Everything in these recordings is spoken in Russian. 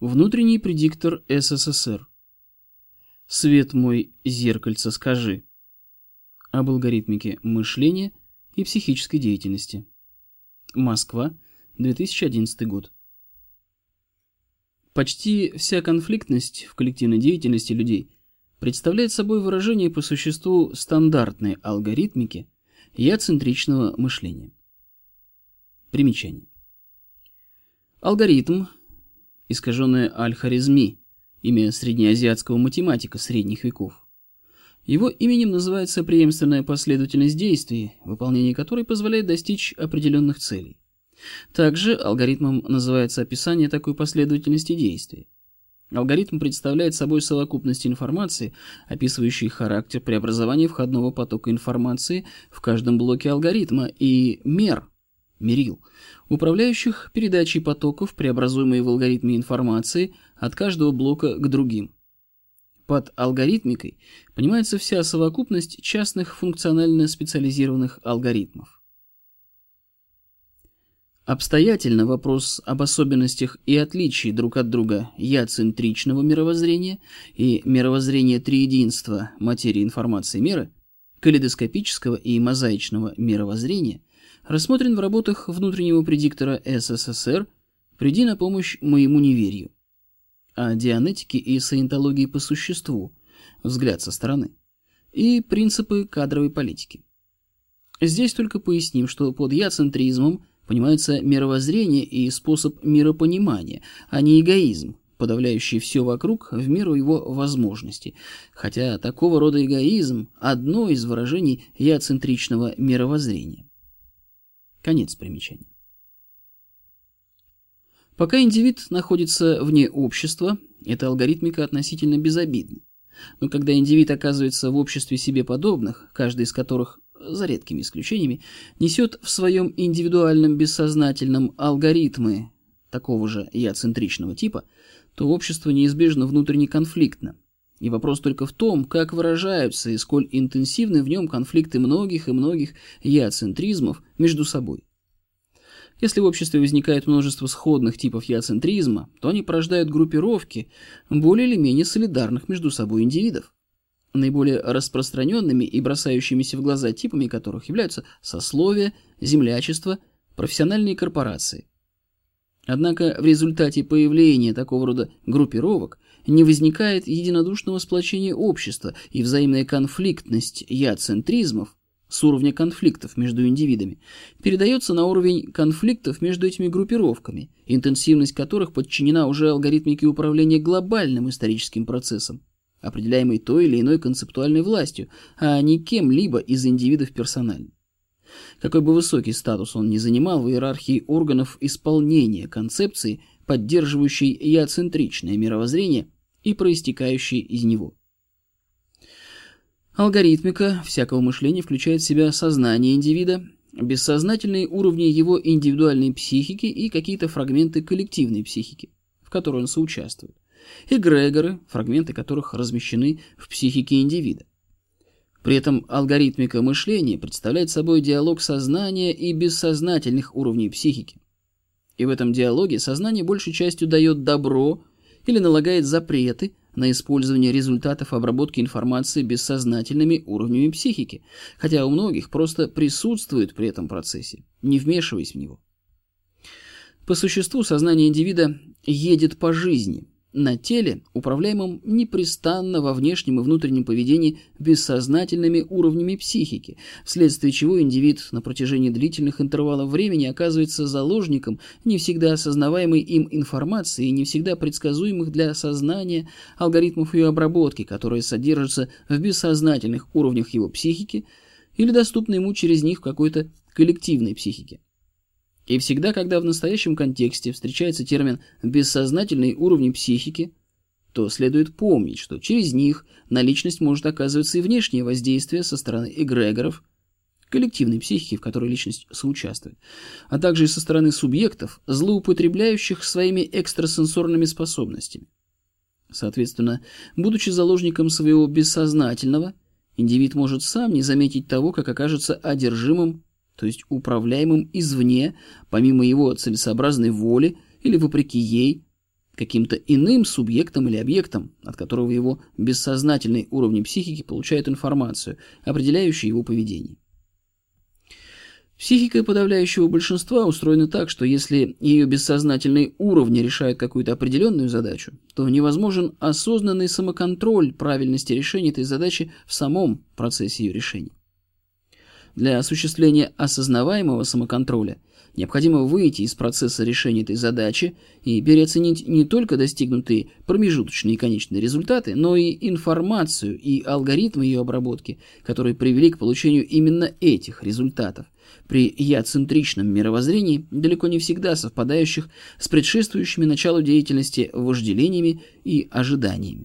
Внутренний предиктор СССР. Свет мой, зеркальце, скажи. Об алгоритмике мышления и психической деятельности. Москва, 2011 год. Почти вся конфликтность в коллективной деятельности людей представляет собой выражение по существу стандартной алгоритмики я-центричного мышления. Примечание. Алгоритм, искаженное аль-Хорезми, имя среднеазиатского математика средних веков. Его именем называется преемственная последовательность действий, выполнение которой позволяет достичь определенных целей. Также алгоритмом называется описание такой последовательности действий. Алгоритм представляет собой совокупность информации, описывающей характер преобразования входного потока информации в каждом блоке алгоритма, и мерил, управляющих передачей потоков, преобразуемой в алгоритме информации, от каждого блока к другим. Под алгоритмикой понимается вся совокупность частных функционально специализированных алгоритмов. Обстоятельно вопрос об особенностях и отличии друг от друга я-центричного мировоззрения и мировоззрения триединства материи, информации, меры, калейдоскопического и мозаичного мировоззрения рассмотрен в работах внутреннего предиктора СССР «Приди на помощь моему неверию», о дианетике и саентологии по существу, взгляд со стороны, и принципы кадровой политики. Здесь только поясним, что под я-центризмом понимается мировоззрение и способ миропонимания, а не эгоизм, подавляющий все вокруг в меру его возможностей, хотя такого рода эгоизм – одно из выражений я-центричного мировоззрения. Конец примечания. Пока индивид находится вне общества, эта алгоритмика относительно безобидна. Но когда индивид оказывается в обществе себе подобных, каждый из которых, за редкими исключениями, несет в своем индивидуальном бессознательном алгоритмы такого же я-центричного типа, то общество неизбежно внутренне конфликтно. И вопрос только в том, как выражаются и сколь интенсивны в нем конфликты многих и многих я-центризмов между собой. Если в обществе возникает множество сходных типов я-центризма, то они порождают группировки более или менее солидарных между собой индивидов, наиболее распространенными и бросающимися в глаза типами которых являются сословия, землячество, профессиональные корпорации. Однако в результате появления такого рода группировок не возникает единодушного сплочения общества, и взаимная конфликтность я-центризмов с уровня конфликтов между индивидами передается на уровень конфликтов между этими группировками, интенсивность которых подчинена уже алгоритмике управления глобальным историческим процессом, определяемой той или иной концептуальной властью, а не кем-либо из индивидов персонально. Какой бы высокий статус он ни занимал в иерархии органов исполнения концепции, поддерживающей я-центричное мировоззрение и проистекающей из него. Алгоритмика всякого мышления включает в себя сознание индивида, бессознательные уровни его индивидуальной психики и какие-то фрагменты коллективной психики, в которой он соучаствует, эгрегоры, фрагменты которых размещены в психике индивида. При этом алгоритмика мышления представляет собой диалог сознания и бессознательных уровней психики. И в этом диалоге сознание большей частью дает добро или налагает запреты на использование результатов обработки информации бессознательными уровнями психики, хотя у многих просто присутствует при этом процессе, не вмешиваясь в него. По существу сознание индивида едет по жизни, на теле, управляемом непрестанно во внешнем и внутреннем поведении бессознательными уровнями психики, вследствие чего индивид на протяжении длительных интервалов времени оказывается заложником не всегда осознаваемой им информации и не всегда предсказуемых для сознания алгоритмов ее обработки, которые содержатся в бессознательных уровнях его психики или доступны ему через них в какой-то коллективной психике. И всегда, когда в настоящем контексте встречается термин «бессознательные уровни психики», то следует помнить, что через них на личность может оказываться и внешнее воздействие со стороны эгрегоров, коллективной психики, в которой личность соучаствует, а также и со стороны субъектов, злоупотребляющих своими экстрасенсорными способностями. Соответственно, будучи заложником своего бессознательного, индивид может сам не заметить того, как окажется одержимым, то есть управляемым извне, помимо его целесообразной воли или вопреки ей, каким-то иным субъектом или объектом, от которого его бессознательные уровни психики получают информацию, определяющую его поведение. Психика подавляющего большинства устроена так, что если ее бессознательные уровни решают какую-то определенную задачу, то невозможен осознанный самоконтроль правильности решения этой задачи в самом процессе ее решения. Для осуществления осознаваемого самоконтроля необходимо выйти из процесса решения этой задачи и переоценить не только достигнутые промежуточные и конечные результаты, но и информацию и алгоритмы ее обработки, которые привели к получению именно этих результатов, при я-центричном мировоззрении, далеко не всегда совпадающих с предшествующими началу деятельности вожделениями и ожиданиями.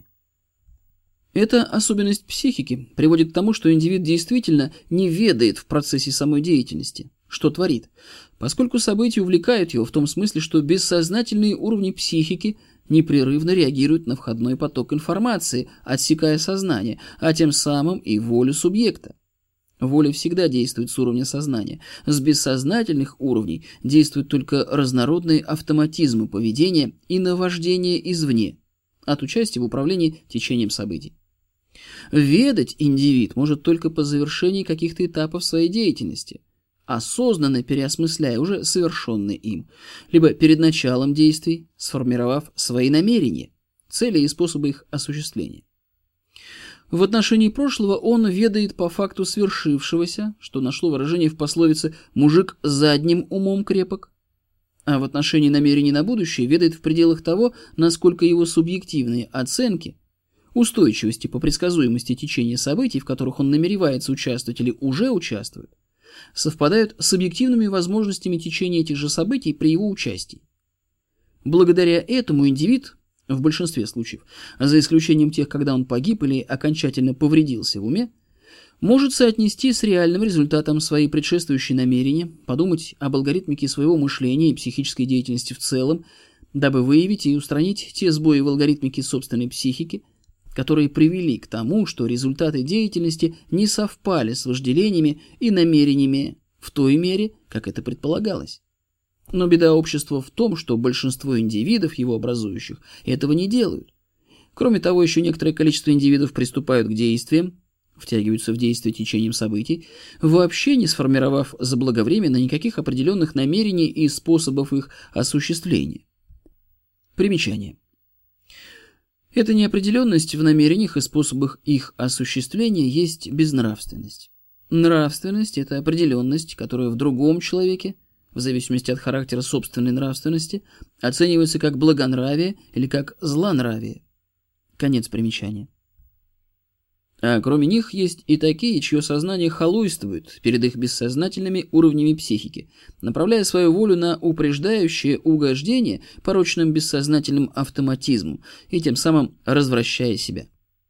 Эта особенность психики приводит к тому, что индивид действительно не ведает в процессе самой деятельности, что творит, поскольку события увлекают его в том смысле, что бессознательные уровни психики непрерывно реагируют на входной поток информации, отсекая сознание, а тем самым и волю субъекта. Воля всегда действует с уровня сознания. С бессознательных уровней действуют только разнородные автоматизмы поведения и наваждение извне, от участия в управлении течением событий. Ведать индивид может только по завершении каких-то этапов своей деятельности, осознанно переосмысляя уже совершенные им, либо перед началом действий, сформировав свои намерения, цели и способы их осуществления. В отношении прошлого он ведает по факту свершившегося, что нашло выражение в пословице «мужик задним умом крепок», а в отношении намерений на будущее ведает в пределах того, насколько его субъективные оценки устойчивости по предсказуемости течения событий, в которых он намеревается участвовать или уже участвует, совпадают с объективными возможностями течения этих же событий при его участии. Благодаря этому индивид, в большинстве случаев, за исключением тех, когда он погиб или окончательно повредился в уме, может соотнести с реальным результатом свои предшествующие намерения, подумать об алгоритмике своего мышления и психической деятельности в целом, дабы выявить и устранить те сбои в алгоритмике собственной психики, которые привели к тому, что результаты деятельности не совпали с вожделениями и намерениями в той мере, как это предполагалось. Но беда общества в том, что большинство индивидов, его образующих, этого не делают. Кроме того, еще некоторое количество индивидов приступают к действиям, втягиваются в действие течением событий, вообще не сформировав заблаговременно никаких определенных намерений и способов их осуществления. Примечание. Эта неопределенность в намерениях и способах их осуществления есть безнравственность. Нравственность – это определенность, которая в другом человеке, в зависимости от характера собственной нравственности, оценивается как благонравие или как злонравие. Конец примечания. А кроме них есть и такие, чье сознание халуйствует перед их бессознательными уровнями психики, направляя свою волю на упреждающее угождение порочным бессознательным автоматизмом и тем самым развращая себя.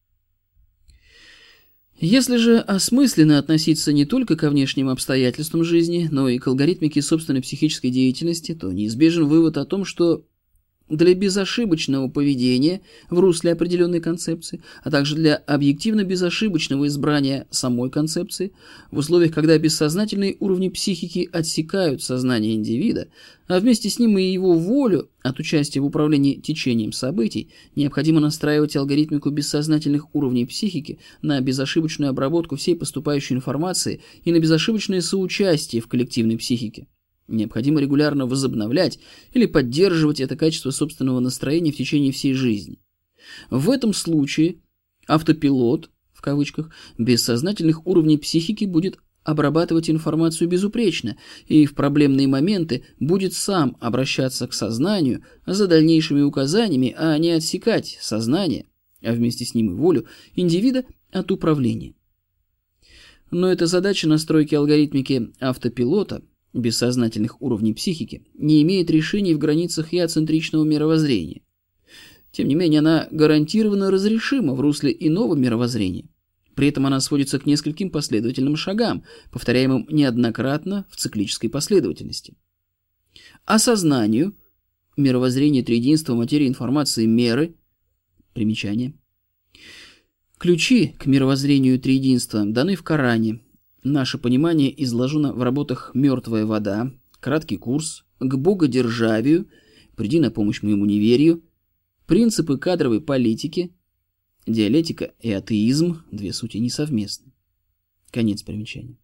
Если же осмысленно относиться не только ко внешним обстоятельствам жизни, но и к алгоритмике собственной психической деятельности, то неизбежен вывод о том, что для безошибочного поведения в русле определенной концепции, а также для объективно безошибочного избрания самой концепции, в условиях, когда бессознательные уровни психики отсекают сознание индивида, а вместе с ним и его волю от участия в управлении течением событий, необходимо настраивать алгоритмику бессознательных уровней психики на безошибочную обработку всей поступающей информации и на безошибочное соучастие в коллективной психике. Необходимо регулярно возобновлять или поддерживать это качество собственного настроения в течение всей жизни. В этом случае автопилот, в кавычках, бессознательных уровней психики будет обрабатывать информацию безупречно и в проблемные моменты будет сам обращаться к сознанию за дальнейшими указаниями, а не отсекать сознание, а вместе с ним и волю индивида от управления. Но эта задача настройки алгоритмики автопилота бессознательных уровней психики не имеет решений в границах я-центричного мировоззрения. Тем не менее, она гарантированно разрешима в русле иного мировоззрения. При этом она сводится к нескольким последовательным шагам, повторяемым неоднократно в циклической последовательности. Осознанию, мировоззрение триединства материи, информации, меры, примечание. Ключи к мировоззрению триединства даны в Коране. Наше понимание изложено в работах «Мертвая вода», «Краткий курс», «К богодержавию», «Приди на помощь моему неверию», принципы кадровой политики, диалектика и атеизм – две сути несовместны. Конец примечания.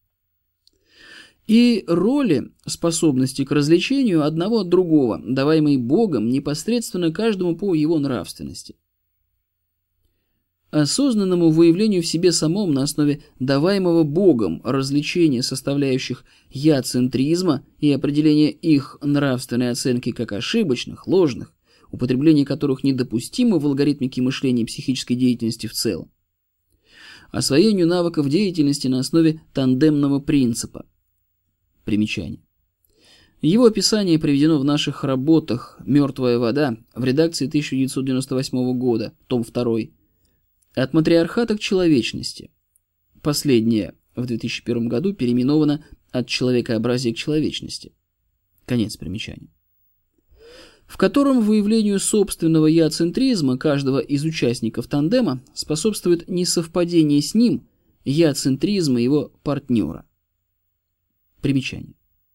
И роли, способности к развлечению одного от другого, даваемые Богом непосредственно каждому по его нравственности. Осознанному выявлению в себе самом на основе даваемого Богом развлечения, составляющих я-центризма и определения их нравственной оценки как ошибочных, ложных, употребление которых недопустимо в алгоритмике мышления и психической деятельности в целом. Освоению навыков деятельности на основе тандемного принципа. Примечание. Его описание приведено в наших работах «Мертвая вода» в редакции 1998 года, том 2. От матриархата к человечности. Последнее в 2001 году переименовано от человекообразия к человечности. Конец примечания. В котором выявлению собственного я-центризма каждого из участников тандема способствует несовпадение с ним я-центризма его партнера. Примечание.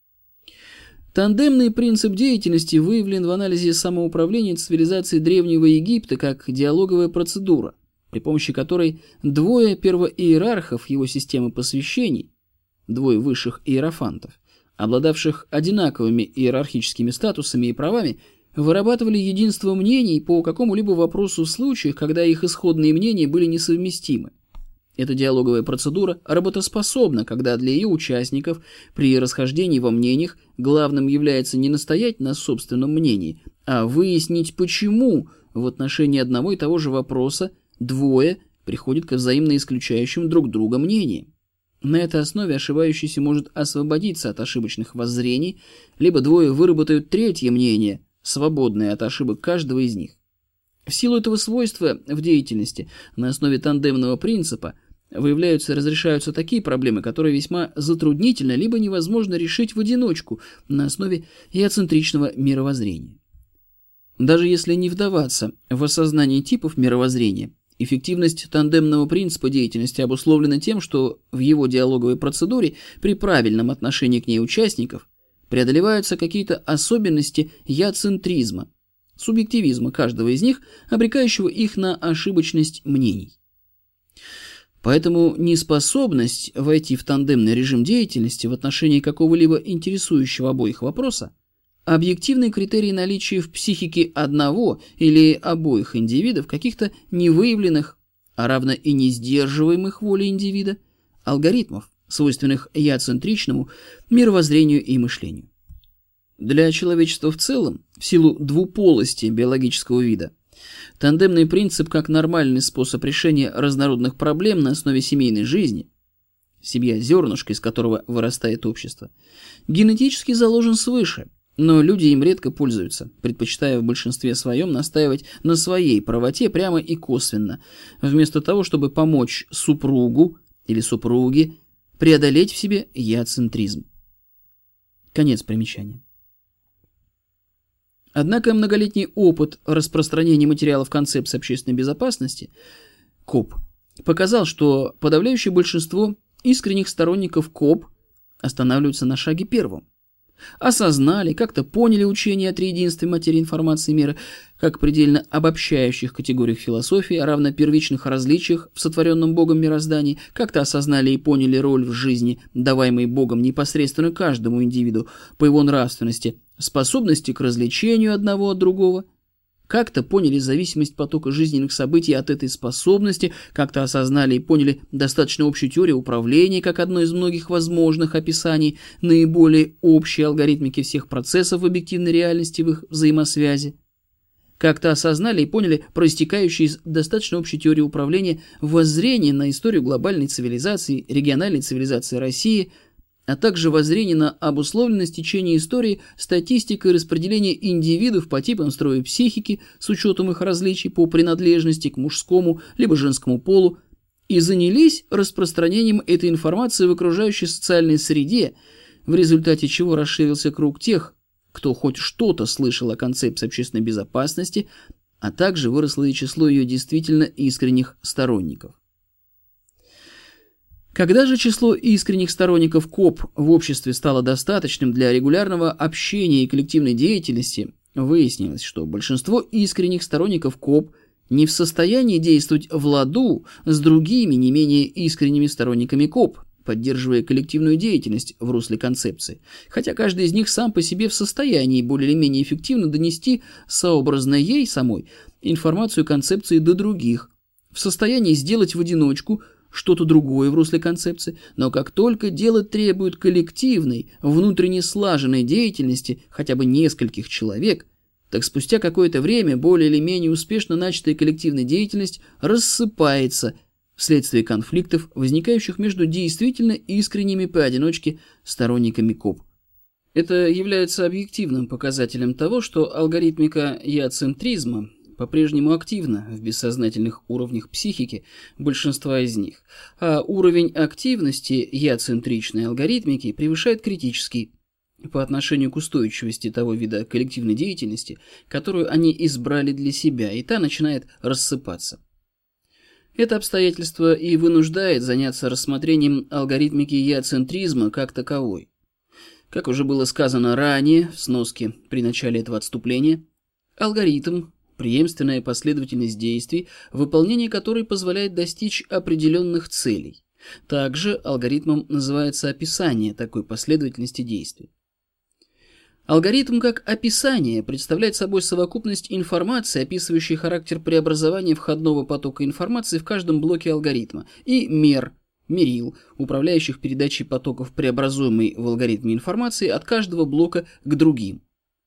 Тандемный принцип деятельности выявлен в анализе самоуправления цивилизации Древнего Египта как диалоговая процедура, при помощи которой двое первоиерархов его системы посвящений, двое высших иерофантов, обладавших одинаковыми иерархическими статусами и правами, вырабатывали единство мнений по какому-либо вопросу в случаях, когда их исходные мнения были несовместимы. Эта диалоговая процедура работоспособна, когда для ее участников при расхождении во мнениях главным является не настоять на собственном мнении, а выяснить, почему в отношении одного и того же вопроса двое приходят к взаимно исключающим друг друга мнениям. На этой основе ошибающийся может освободиться от ошибочных воззрений, либо двое выработают третье мнение, свободное от ошибок каждого из них. В силу этого свойства в деятельности на основе тандемного принципа выявляются и разрешаются такие проблемы, которые весьма затруднительно либо невозможно решить в одиночку на основе яцентричного мировоззрения. Даже если не вдаваться в осознание типов мировоззрения, эффективность тандемного принципа деятельности обусловлена тем, что в его диалоговой процедуре при правильном отношении к ней участников преодолеваются какие-то особенности я-центризма, субъективизма каждого из них, обрекающего их на ошибочность мнений. Поэтому неспособность войти в тандемный режим деятельности в отношении какого-либо интересующего обоих вопроса – объективный критерий наличия в психике одного или обоих индивидов каких-то невыявленных, а равно и не сдерживаемых волей индивида, алгоритмов, свойственных я-центричному мировоззрению и мышлению. Для человечества в целом, в силу двуполости биологического вида, тандемный принцип как нормальный способ решения разнородных проблем на основе семейной жизни, семья – зернышко, из которого вырастает общество, генетически заложен свыше, но люди им редко пользуются, предпочитая в большинстве своем настаивать на своей правоте прямо и косвенно, вместо того, чтобы помочь супругу или супруге преодолеть в себе я-центризм. Конец примечания. Однако многолетний опыт распространения материалов концепции общественной безопасности, КОБ, показал, что подавляющее большинство искренних сторонников КОБ останавливаются на шаге первом. Осознали, как-то поняли учение о триединстве материи, информации и мира, как предельно обобщающих категориях философии, а равно первичных различиях в сотворенном Богом мироздании, как-то осознали и поняли роль в жизни, даваемой Богом непосредственно каждому индивиду по его нравственности, способности к развлечению одного от другого, как-то поняли зависимость потока жизненных событий от этой способности, как-то осознали и поняли достаточно общую теорию управления как одно из многих возможных описаний наиболее общей алгоритмики всех процессов в объективной реальности в их взаимосвязи, как-то осознали и поняли проистекающие из достаточно общей теории управления воззрение на историю глобальной цивилизации, региональной цивилизации России, а также воззрение на обусловленность течения истории статистикой распределения индивидов по типам строя психики с учетом их различий по принадлежности к мужскому либо женскому полу, и занялись распространением этой информации в окружающей социальной среде, в результате чего расширился круг тех, кто хоть что-то слышал о концепции общественной безопасности, а также выросло и число ее действительно искренних сторонников. Когда же число искренних сторонников КОБ в обществе стало достаточным для регулярного общения и коллективной деятельности, Выяснилось, что большинство искренних сторонников КОП не в состоянии действовать в ладу с другими не менее искренними сторонниками КОП, поддерживая коллективную деятельность в русле концепции, хотя каждый из них сам по себе в состоянии более или менее эффективно донести сообразно ей самой информацию концепции до других, в состоянии сделать в одиночку что-то другое в русле концепции, но как только дело требует коллективной, внутренне слаженной деятельности хотя бы нескольких человек, так спустя какое-то время более или менее успешно начатая коллективная деятельность рассыпается вследствие конфликтов, возникающих между действительно искренними поодиночке сторонниками КОП. Это является объективным показателем того, что алгоритмика яцентризма по-прежнему активна в бессознательных уровнях психики большинства из них, а уровень активности яцентричной алгоритмики превышает критический по отношению к устойчивости того вида коллективной деятельности, которую они избрали для себя, и та начинает рассыпаться. Это обстоятельство и вынуждает заняться рассмотрением алгоритмики яцентризма как таковой. Как уже было сказано ранее в сноске при начале этого отступления, алгоритм – преемственная последовательность действий, выполнение которой позволяет достичь определенных целей. Также алгоритмом называется описание такой последовательности действий. Алгоритм как описание представляет собой совокупность информации, описывающей характер преобразования входного потока информации в каждом блоке алгоритма, и мерил, управляющих передачей потоков преобразуемой в алгоритме информации от каждого блока к другим.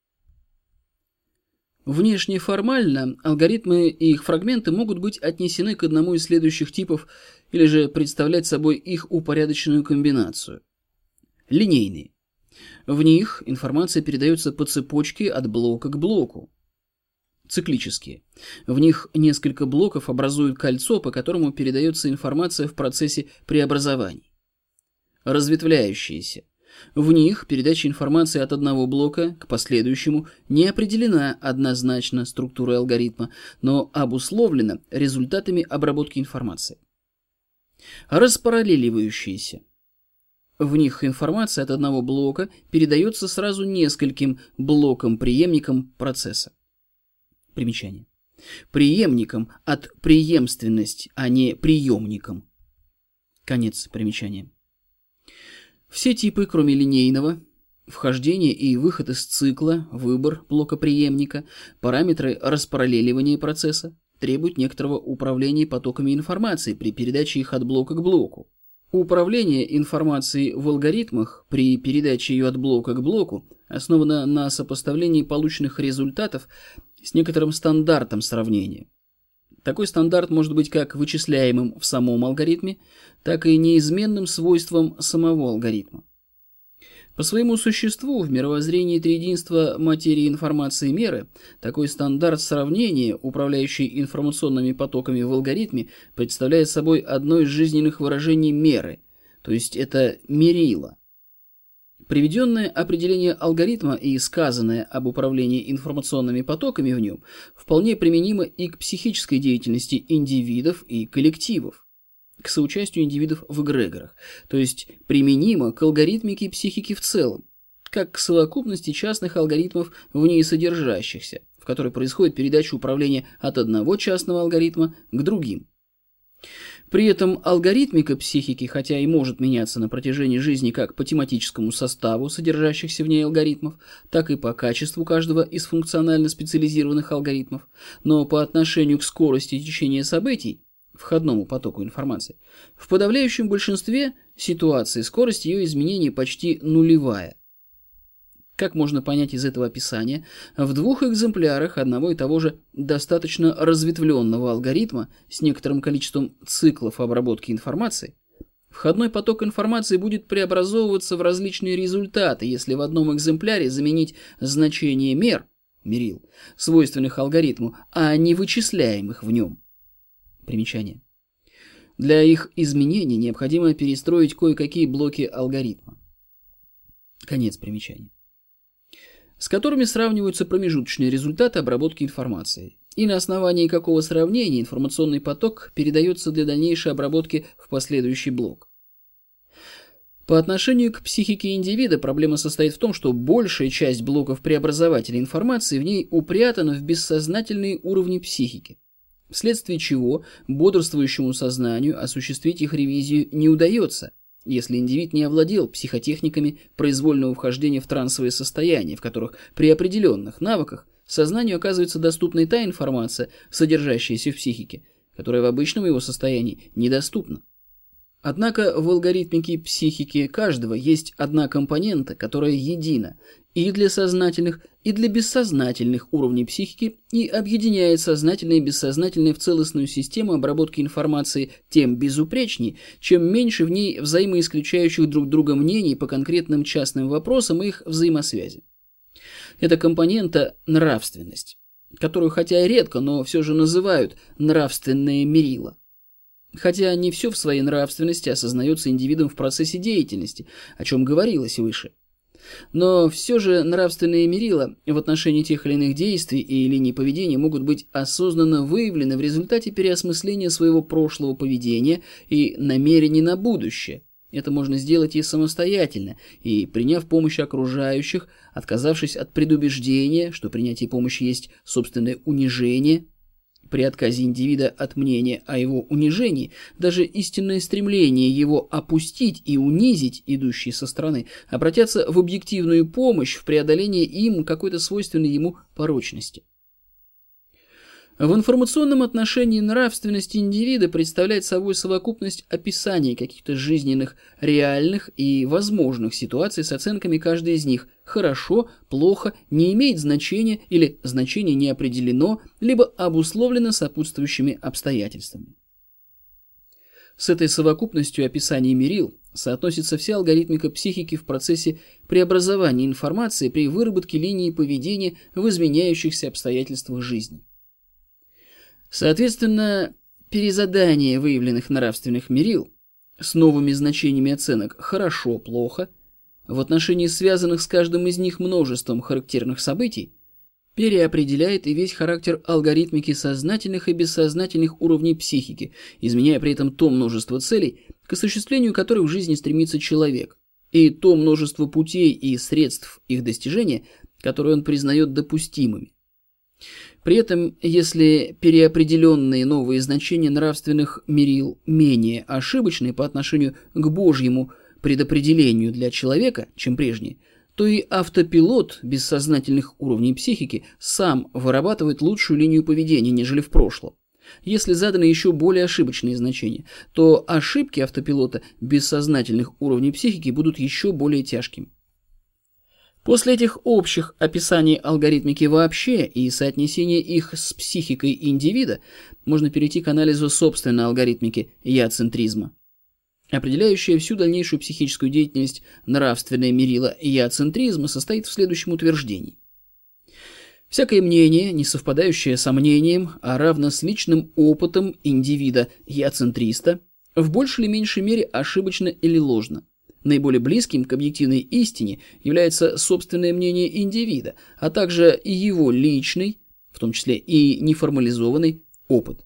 Внешне формально алгоритмы и их фрагменты могут быть отнесены к одному из следующих типов или же представлять собой их упорядоченную комбинацию. Линейные. В них информация передается по цепочке от блока к блоку. Циклические. В них несколько блоков образуют кольцо, по которому передается информация в процессе преобразований. Разветвляющиеся. В них передача информации от одного блока к последующему не определена однозначно структурой алгоритма, но обусловлена результатами обработки информации. Распараллеливающиеся. В них информация от одного блока передается сразу нескольким блокам-преемникам процесса. Примечание. Преемникам от преемственность, а не приемникам. Конец примечания. Все типы, кроме линейного, вхождение и выход из цикла, выбор блока-преемника, параметры распараллеливания процесса требуют некоторого управления потоками информации при передаче их от блока к блоку. Управление информацией в алгоритмах при передаче ее от блока к блоку основано на сопоставлении полученных результатов с некоторым стандартом сравнения. Такой стандарт может быть как вычисляемым в самом алгоритме, так и неизменным свойством самого алгоритма. По своему существу в мировоззрении триединства материи, информации и меры такой стандарт сравнения, управляющий информационными потоками в алгоритме, представляет собой одно из жизненных выражений меры, то есть это мерило. Приведенное определение алгоритма и сказанное об управлении информационными потоками в нем вполне применимо и к психической деятельности индивидов и коллективов, к соучастию индивидов в эгрегорах, то есть применимо к алгоритмике психики в целом, как к совокупности частных алгоритмов в ней содержащихся, в которой происходит передача управления от одного частного алгоритма к другим. При этом алгоритмика психики, хотя и может меняться на протяжении жизни как по тематическому составу содержащихся в ней алгоритмов, так и по качеству каждого из функционально специализированных алгоритмов, но по отношению к скорости течения событий, входному потоку информации, в подавляющем большинстве ситуаций скорость ее изменения почти нулевая. Как можно понять из этого описания, в двух экземплярах одного и того же достаточно разветвленного алгоритма с некоторым количеством циклов обработки информации, входной поток информации будет преобразовываться в различные результаты, если в одном экземпляре заменить значение мерил, свойственных алгоритму, а не вычисляемых в нем. Примечание. Для их изменения необходимо перестроить кое-какие блоки алгоритма. Конец примечания. С которыми сравниваются промежуточные результаты обработки информации, и на основании какого сравнения информационный поток передается для дальнейшей обработки в последующий блок. По отношению к психике индивида проблема состоит в том, что большая часть блоков преобразователя информации в ней упрятана в бессознательные уровни психики, вследствие чего бодрствующему сознанию осуществить их ревизию не удается, если индивид не овладел психотехниками произвольного вхождения в трансовые состояния, в которых при определенных навыках сознанию оказывается доступной та информация, содержащаяся в психике, которая в обычном его состоянии недоступна. Однако в алгоритмике психики каждого есть одна компонента, которая едина и для сознательных, и для бессознательных уровней психики и объединяет сознательное и бессознательное в целостную систему обработки информации тем безупречней, чем меньше в ней взаимоисключающих друг друга мнений по конкретным частным вопросам и их взаимосвязи. Это компонента нравственность, которую хотя и редко, но все же называют нравственное мерило. Хотя не все в своей нравственности осознается индивидом в процессе деятельности, о чем говорилось выше. Но все же нравственные мерила в отношении тех или иных действий и линий поведения могут быть осознанно выявлены в результате переосмысления своего прошлого поведения и намерений на будущее. Это можно сделать и самостоятельно, и приняв помощь окружающих, отказавшись от предубеждения, что принятие помощи есть собственное унижение. При отказе индивида от мнения о его унижении, даже истинное стремление его опустить и унизить, идущие со стороны, обратятся в объективную помощь в преодолении им какой-то свойственной ему порочности. В информационном отношении нравственность индивида представляет собой совокупность описаний каких-то жизненных, реальных и возможных ситуаций с оценками каждой из них «хорошо», «плохо», «не имеет значения» или «значение не определено», либо обусловлено сопутствующими обстоятельствами. С этой совокупностью описаний мерил соотносится вся алгоритмика психики в процессе преобразования информации при выработке линии поведения в изменяющихся обстоятельствах жизни. Соответственно, перезадание выявленных нравственных мерил с новыми значениями оценок «хорошо», «плохо» в отношении связанных с каждым из них множеством характерных событий переопределяет и весь характер алгоритмики сознательных и бессознательных уровней психики, изменяя при этом то множество целей, к осуществлению которых в жизни стремится человек, и то множество путей и средств их достижения, которые он признает допустимыми. При этом, если переопределенные новые значения нравственных мерил менее ошибочны по отношению к Божьему предопределению для человека, чем прежние, то и автопилот бессознательных уровней психики сам вырабатывает лучшую линию поведения, нежели в прошлом. Если заданы еще более ошибочные значения, то ошибки автопилота бессознательных уровней психики будут еще более тяжкими. После этих общих описаний алгоритмики вообще и соотнесения их с психикой индивида можно перейти к анализу собственной алгоритмики я-центризма. Определяющая всю дальнейшую психическую деятельность нравственное мерило я-центризма состоит в следующем утверждении. Всякое мнение, не совпадающее со мнением, а равно с личным опытом индивида я-центриста, в большей или меньшей мере ошибочно или ложно. Наиболее близким к объективной истине является собственное мнение индивида, а также и его личный, в том числе и неформализованный, опыт.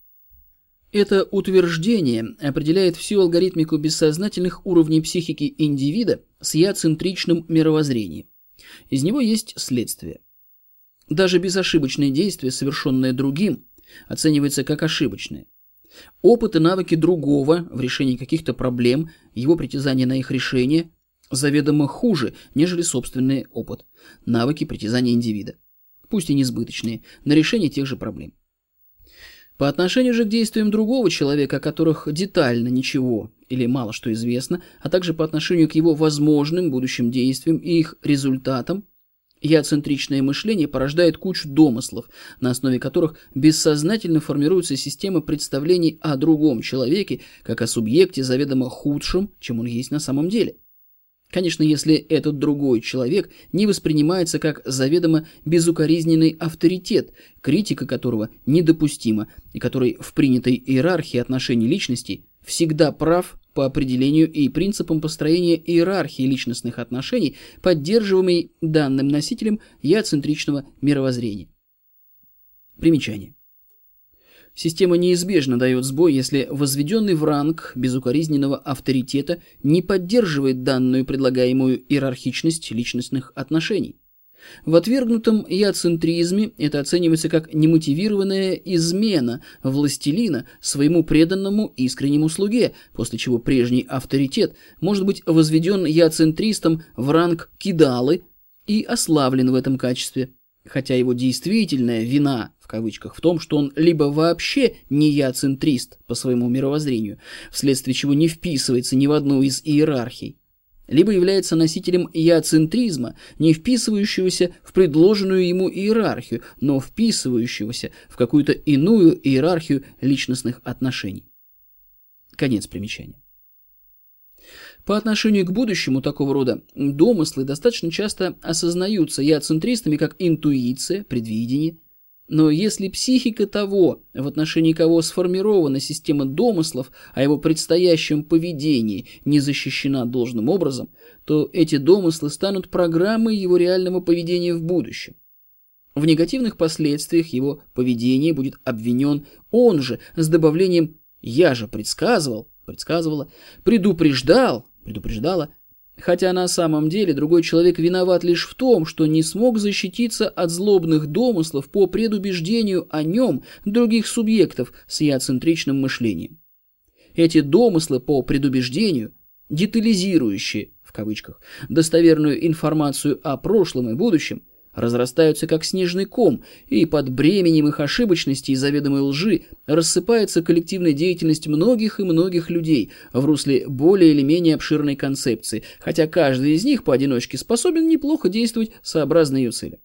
Это утверждение определяет всю алгоритмику бессознательных уровней психики индивида с я-центричным мировоззрением. Из него есть следствие. Даже безошибочное действие, совершенное другим, оценивается как ошибочное. Опыт и навыки другого в решении каких-то проблем, его притязания на их решение, заведомо хуже, нежели собственный опыт, навыки притязания индивида, пусть и несбыточные, на решение тех же проблем. По отношению же к действиям другого человека, о которых детально ничего или мало что известно, а также по отношению к его возможным будущим действиям и их результатам, я-центричное мышление порождает кучу домыслов, на основе которых бессознательно формируется система представлений о другом человеке, как о субъекте заведомо худшем, чем он есть на самом деле. Конечно, если этот другой человек не воспринимается как заведомо безукоризненный авторитет, критика которого недопустима, и который в принятой иерархии отношений личностей всегда прав по определению и принципам построения иерархии личностных отношений, поддерживаемой данным носителем я-центричного мировоззрения. Примечание. Система неизбежно дает сбой, если возведенный в ранг безукоризненного авторитета не поддерживает данную предлагаемую иерархичность личностных отношений. В отвергнутом яцентризме это оценивается как немотивированная измена властелина своему преданному искреннему слуге, после чего прежний авторитет может быть возведен яцентристом в ранг кидалы и ославлен в этом качестве, хотя его действительная «вина» в кавычках в том, что он либо вообще не яцентрист по своему мировоззрению, вследствие чего не вписывается ни в одну из иерархий, либо является носителем яцентризма, не вписывающегося в предложенную ему иерархию, но вписывающегося в какую-то иную иерархию личностных отношений. Конец примечания. По отношению к будущему такого рода домыслы достаточно часто осознаются яцентристами как интуиция, предвидение. Но если психика того, в отношении кого сформирована система домыслов о его предстоящем поведении, не защищена должным образом, то эти домыслы станут программой его реального поведения в будущем. В негативных последствиях его поведение будет обвинен он же с добавлением «я же предсказывала», предупреждала, хотя на самом деле другой человек виноват лишь в том, что не смог защититься от злобных домыслов по предубеждению о нем других субъектов с яцентричным мышлением. Эти домыслы по предубеждению, детализирующие, в кавычках, достоверную информацию о прошлом и будущем, разрастаются как снежный ком, и под бременем их ошибочности и заведомой лжи рассыпается коллективная деятельность многих и многих людей в русле более или менее обширной концепции, хотя каждый из них поодиночке способен неплохо действовать сообразно ее цели.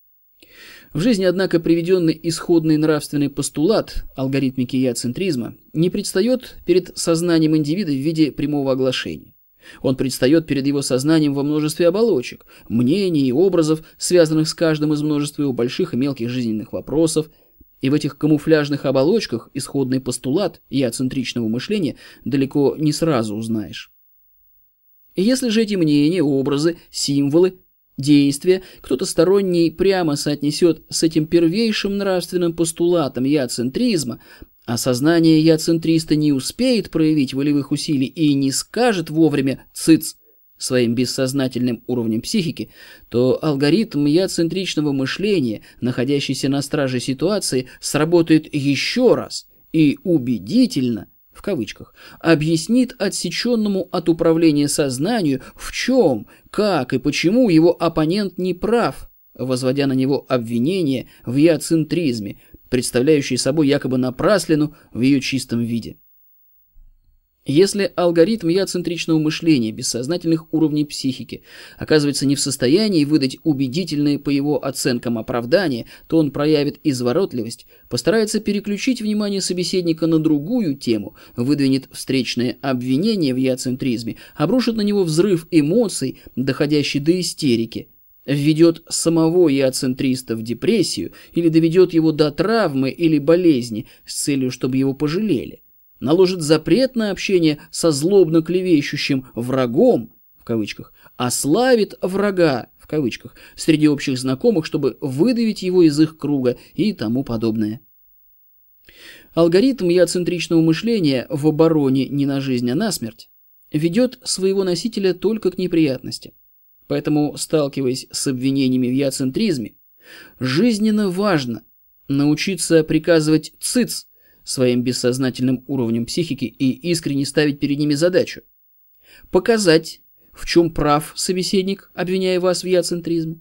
В жизни, однако, приведенный исходный нравственный постулат алгоритмики яцентризма не предстает перед сознанием индивида в виде прямого оглашения. Он предстает перед его сознанием во множестве оболочек, мнений и образов, связанных с каждым из множества его больших и мелких жизненных вопросов, и в этих камуфляжных оболочках исходный постулат яцентричного мышления далеко не сразу узнаешь. И если же эти мнения, образы, символы, действия кто-то сторонний прямо соотнесет с этим первейшим нравственным постулатом яцентризма, а сознание яцентриста не успеет проявить волевых усилий и не скажет вовремя «цыц» своим бессознательным уровнем психики, то алгоритм яцентричного мышления, находящийся на страже ситуации, сработает еще раз и убедительно, в кавычках, объяснит отсеченному от управления сознанию, в чем, как и почему его оппонент не прав, возводя на него обвинение в яцентризме, представляющие собой якобы напраслину в ее чистом виде. Если алгоритм яцентричного мышления бессознательных уровней психики оказывается не в состоянии выдать убедительные по его оценкам оправдания, то он проявит изворотливость, постарается переключить внимание собеседника на другую тему, выдвинет встречное обвинение в яцентризме, обрушит на него взрыв эмоций, доходящий до истерики, введет самого яцентриста в депрессию или доведет его до травмы или болезни с целью, чтобы его пожалели, наложит запрет на общение со злобно клевещущим врагом, в кавычках, ославит врага, в кавычках, среди общих знакомых, чтобы выдавить его из их круга и тому подобное. Алгоритм яцентричного мышления в обороне не на жизнь, а на смерть ведет своего носителя только к неприятностям. Поэтому, сталкиваясь с обвинениями в яцентризме, жизненно важно научиться приказывать «цыц» своим бессознательным уровнем психики и искренне ставить перед ними задачу. Показать, в чем прав собеседник, обвиняя вас в яцентризме.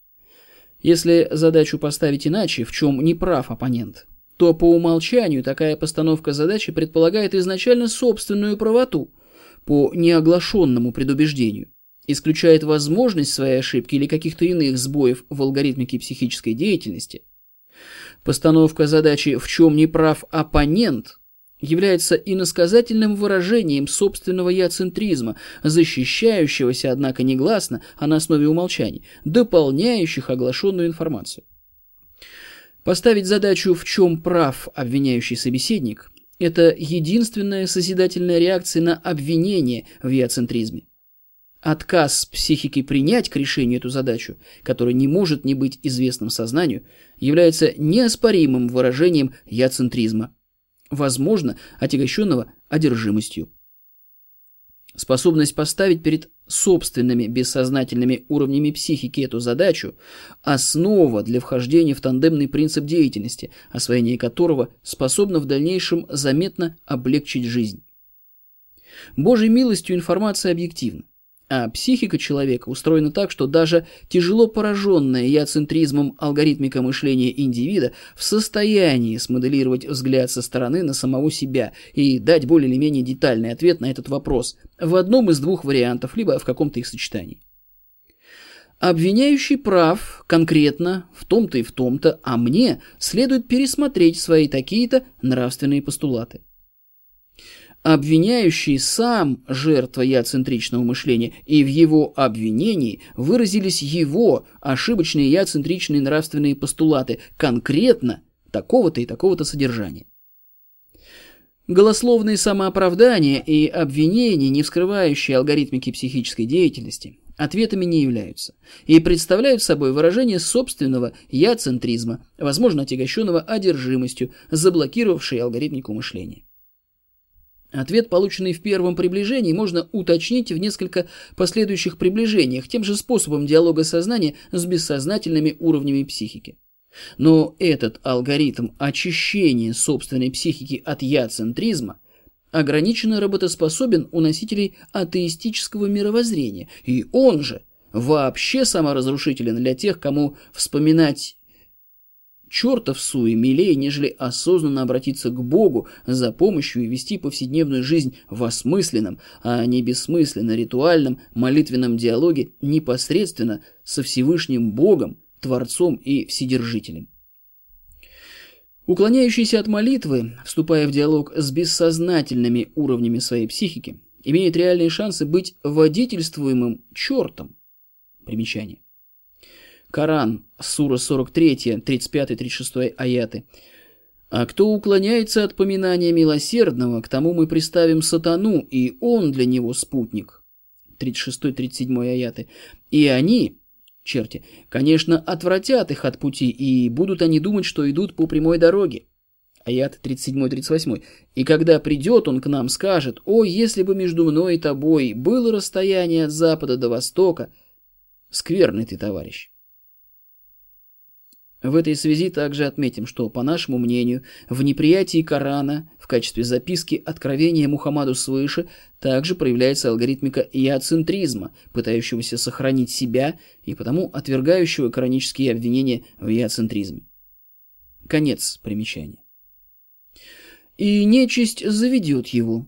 Если задачу поставить иначе, в чем не прав оппонент, то по умолчанию такая постановка задачи предполагает изначально собственную правоту по неоглашенному предубеждению, исключает возможность своей ошибки или каких-то иных сбоев в алгоритмике психической деятельности. Постановка задачи «в чем не прав оппонент» является иносказательным выражением собственного яцентризма, защищающегося, однако, негласно, а на основе умолчаний, дополняющих оглашенную информацию. Поставить задачу «в чем прав обвиняющий собеседник» – это единственная созидательная реакция на обвинение в яцентризме. Отказ психики принять к решению эту задачу, которая не может не быть известным сознанию, является неоспоримым выражением я-центризма, возможно, отягощенного одержимостью. Способность поставить перед собственными бессознательными уровнями психики эту задачу – основа для вхождения в тандемный принцип деятельности, освоение которого способно в дальнейшем заметно облегчить жизнь. Божьей милостью информация объективна, а психика человека устроена так, что даже тяжело пораженная я-центризмом алгоритмика мышления индивида в состоянии смоделировать взгляд со стороны на самого себя и дать более или менее детальный ответ на этот вопрос в одном из двух вариантов, либо в каком-то их сочетании. Обвиняющий прав конкретно в том-то и в том-то, а мне следует пересмотреть свои такие-то нравственные постулаты. Обвиняющий сам жертва я-центричного мышления, и в его обвинении выразились его ошибочные я-центричные нравственные постулаты, конкретно такого-то и такого-то содержания. Голословные самооправдания и обвинения, не вскрывающие алгоритмики психической деятельности, ответами не являются и представляют собой выражение собственного я-центризма, возможно, отягощенного одержимостью, заблокировавшей алгоритмику мышления. Ответ, полученный в первом приближении, можно уточнить в несколько последующих приближениях тем же способом диалога сознания с бессознательными уровнями психики. Но этот алгоритм очищения собственной психики от я-центризма ограниченно работоспособен у носителей атеистического мировоззрения, и он же вообще саморазрушителен для тех, кому вспоминать чертов суе милее, нежели осознанно обратиться к Богу за помощью и вести повседневную жизнь в осмысленном, а не бессмысленно ритуальном молитвенном диалоге непосредственно со Всевышним Богом, Творцом и Вседержителем. Уклоняющийся от молитвы, вступая в диалог с бессознательными уровнями своей психики, имеет реальные шансы быть водительствуемым чертом. Примечание. Коран, сура 43, 35-36 аяты. А кто уклоняется от поминания милосердного, к тому мы приставим сатану, и он для него спутник. 36-37 аяты. И они, черти, конечно, отвратят их от пути, и будут они думать, что идут по прямой дороге. Аят 37-38. И когда придет он к нам, скажет: «О, если бы между мной и тобой было расстояние от запада до востока!» Скверный ты, товарищ. В этой связи также отметим, что, по нашему мнению, в неприятии Корана в качестве записки откровения Мухаммаду свыше также проявляется алгоритмика я-центризма, пытающегося сохранить себя и потому отвергающего коранические обвинения в я-центризме. Конец примечания. И нечисть заведет его.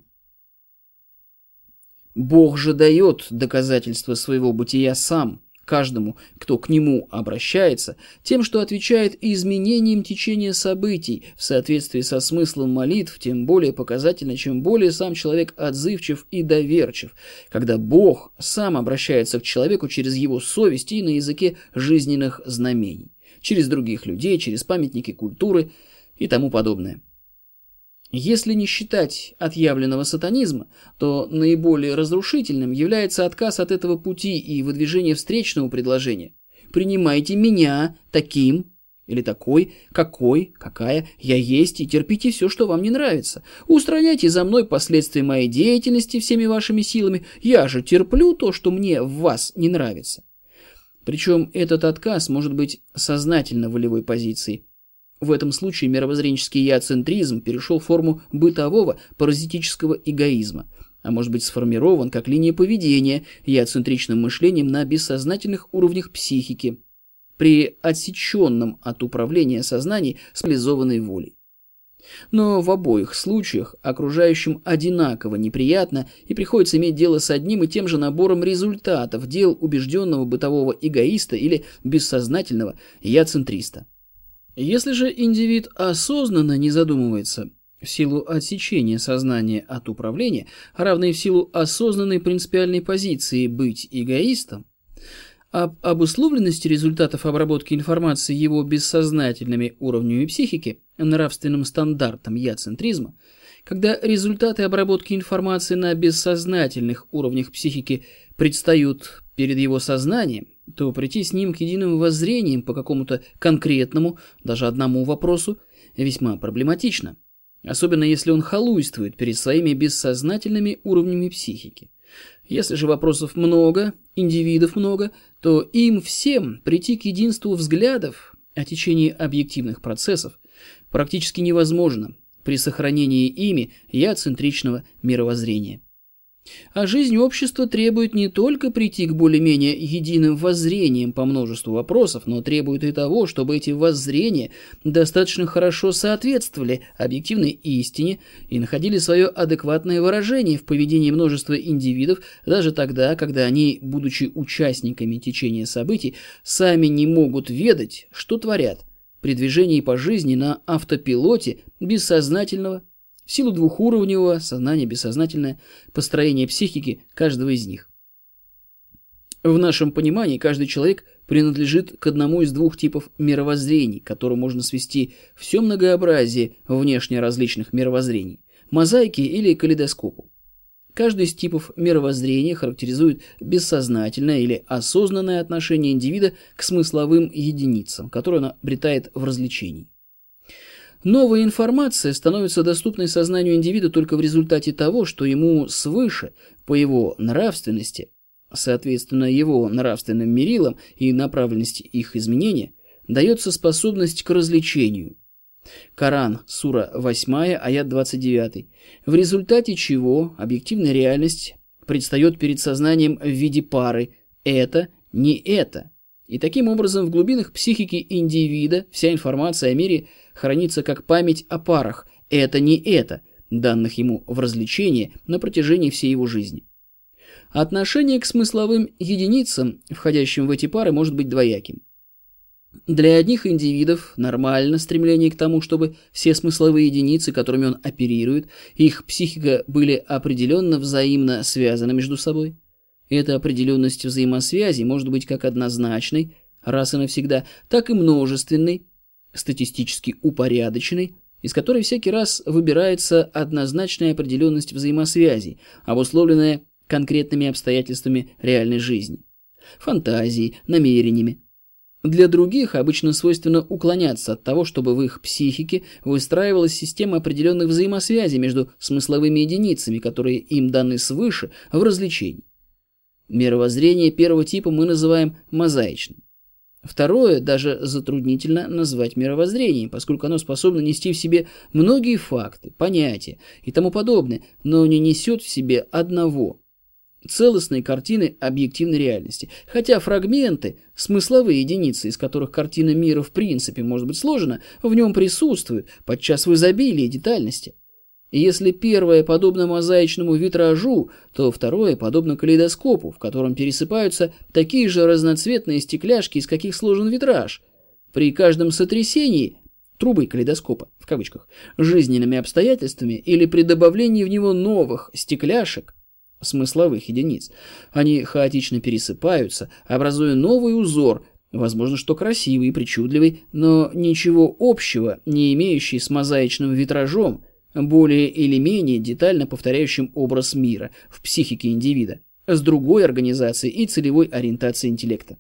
Бог же дает доказательства своего бытия сам каждому, кто к нему обращается, тем, что отвечает изменением течения событий в соответствии со смыслом молитв, тем более показательно, чем более сам человек отзывчив и доверчив, когда Бог сам обращается к человеку через его совесть и на языке жизненных знамений, через других людей, через памятники культуры и тому подобное. Если не считать отъявленного сатанизма, то наиболее разрушительным является отказ от этого пути и выдвижение встречного предложения. «Принимайте меня таким или такой, какой, какая я есть, и терпите все, что вам не нравится. Устраняйте за мной последствия моей деятельности всеми вашими силами, я же терплю то, что мне в вас не нравится». Причем этот отказ может быть сознательно волевой позицией. В этом случае мировоззренческий я-центризм перешел в форму бытового паразитического эгоизма, а может быть сформирован как линия поведения я-центричным мышлением на бессознательных уровнях психики, при отсеченном от управления сознании специализованной волей. Но в обоих случаях окружающим одинаково неприятно и приходится иметь дело с одним и тем же набором результатов дел убежденного бытового эгоиста или бессознательного я-центриста. Если же индивид осознанно не задумывается в силу отсечения сознания от управления, равной в силу осознанной принципиальной позиции быть эгоистом, об обусловленности результатов обработки информации его бессознательными уровнями психики, нравственным стандартом я-центризма, когда результаты обработки информации на бессознательных уровнях психики предстают перед его сознанием, то прийти с ним к единым воззрениям по какому-то конкретному, даже одному вопросу весьма проблематично, особенно если он халуйствует перед своими бессознательными уровнями психики. Если же вопросов много, индивидов много, то им всем прийти к единству взглядов о течении объективных процессов практически невозможно при сохранении ими я-центричного мировоззрения. А жизнь общества требует не только прийти к более-менее единым воззрениям по множеству вопросов, но требует и того, чтобы эти воззрения достаточно хорошо соответствовали объективной истине и находили свое адекватное выражение в поведении множества индивидов, даже тогда, когда они, будучи участниками течения событий, сами не могут ведать, что творят при движении по жизни на автопилоте бессознательного, в силу двухуровневого сознания бессознательное построение психики каждого из них. В нашем понимании каждый человек принадлежит к одному из двух типов мировоззрений, к которым можно свести все многообразие внешне различных мировоззрений – мозаики или калейдоскопу. Каждый из типов мировоззрения характеризует бессознательное или осознанное отношение индивида к смысловым единицам, которые он обретает в развлечении. Новая информация становится доступной сознанию индивида только в результате того, что ему свыше, по его нравственности, соответственно его нравственным мерилам и направленности их изменения, дается способность к развлечению. Коран, сура 8, аят 29, в результате чего объективная реальность предстает перед сознанием в виде пары «это, не это». И таким образом в глубинах психики индивида вся информация о мире хранится как память о парах «это, не это», данных ему в развлечении на протяжении всей его жизни. Отношение к смысловым единицам, входящим в эти пары, может быть двояким. Для одних индивидов нормально стремление к тому, чтобы все смысловые единицы, которыми он оперирует, их психика были определенно взаимно связаны между собой. Эта определенность взаимосвязи может быть как однозначной, раз и навсегда, так и множественной, статистически упорядоченной, из которой всякий раз выбирается однозначная определенность взаимосвязи, обусловленная конкретными обстоятельствами реальной жизни, фантазией, намерениями. Для других обычно свойственно уклоняться от того, чтобы в их психике выстраивалась система определенных взаимосвязей между смысловыми единицами, которые им даны свыше в развлечении. Мировоззрение первого типа мы называем мозаичным. Второе даже затруднительно назвать мировоззрением, поскольку оно способно нести в себе многие факты, понятия и тому подобное, но не несет в себе одного целостной картины объективной реальности. Хотя фрагменты, смысловые единицы, из которых картина мира в принципе может быть сложена, в нем присутствуют, подчас в изобилии детальности. И если первое подобно мозаичному витражу, то второе подобно калейдоскопу, в котором пересыпаются такие же разноцветные стекляшки, из каких сложен витраж. При каждом сотрясении трубой калейдоскопа, в кавычках, жизненными обстоятельствами или при добавлении в него новых стекляшек, смысловых единиц, они хаотично пересыпаются, образуя новый узор, возможно, что красивый и причудливый, но ничего общего не имеющий с мозаичным витражом, более или менее детально повторяющим образ мира в психике индивида, с другой организацией и целевой ориентацией интеллекта.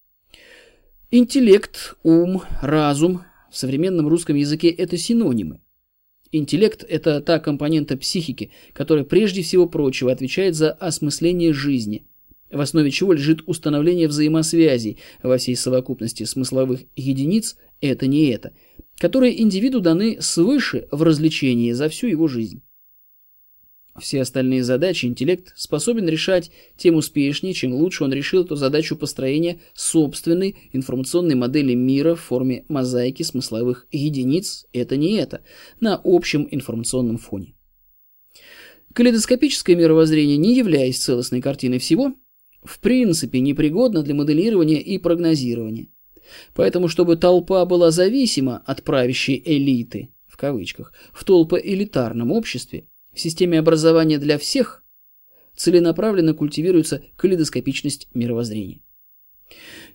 Интеллект, ум, разум в современном русском языке – это синонимы. Интеллект – это та компонента психики, которая прежде всего прочего отвечает за осмысление жизни, в основе чего лежит установление взаимосвязей во всей совокупности смысловых единиц «это не это», которые индивиду даны свыше в развлечении за всю его жизнь. Все остальные задачи интеллект способен решать тем успешнее, чем лучше он решил эту задачу построения собственной информационной модели мира в форме мозаики смысловых единиц «это не это» на общем информационном фоне. Калейдоскопическое мировоззрение, не являясь целостной картиной всего, в принципе непригодно для моделирования и прогнозирования. Поэтому, чтобы толпа была зависима от правящей элиты, в кавычках, в толпоэлитарном обществе, в системе образования для всех целенаправленно культивируется калейдоскопичность мировоззрения.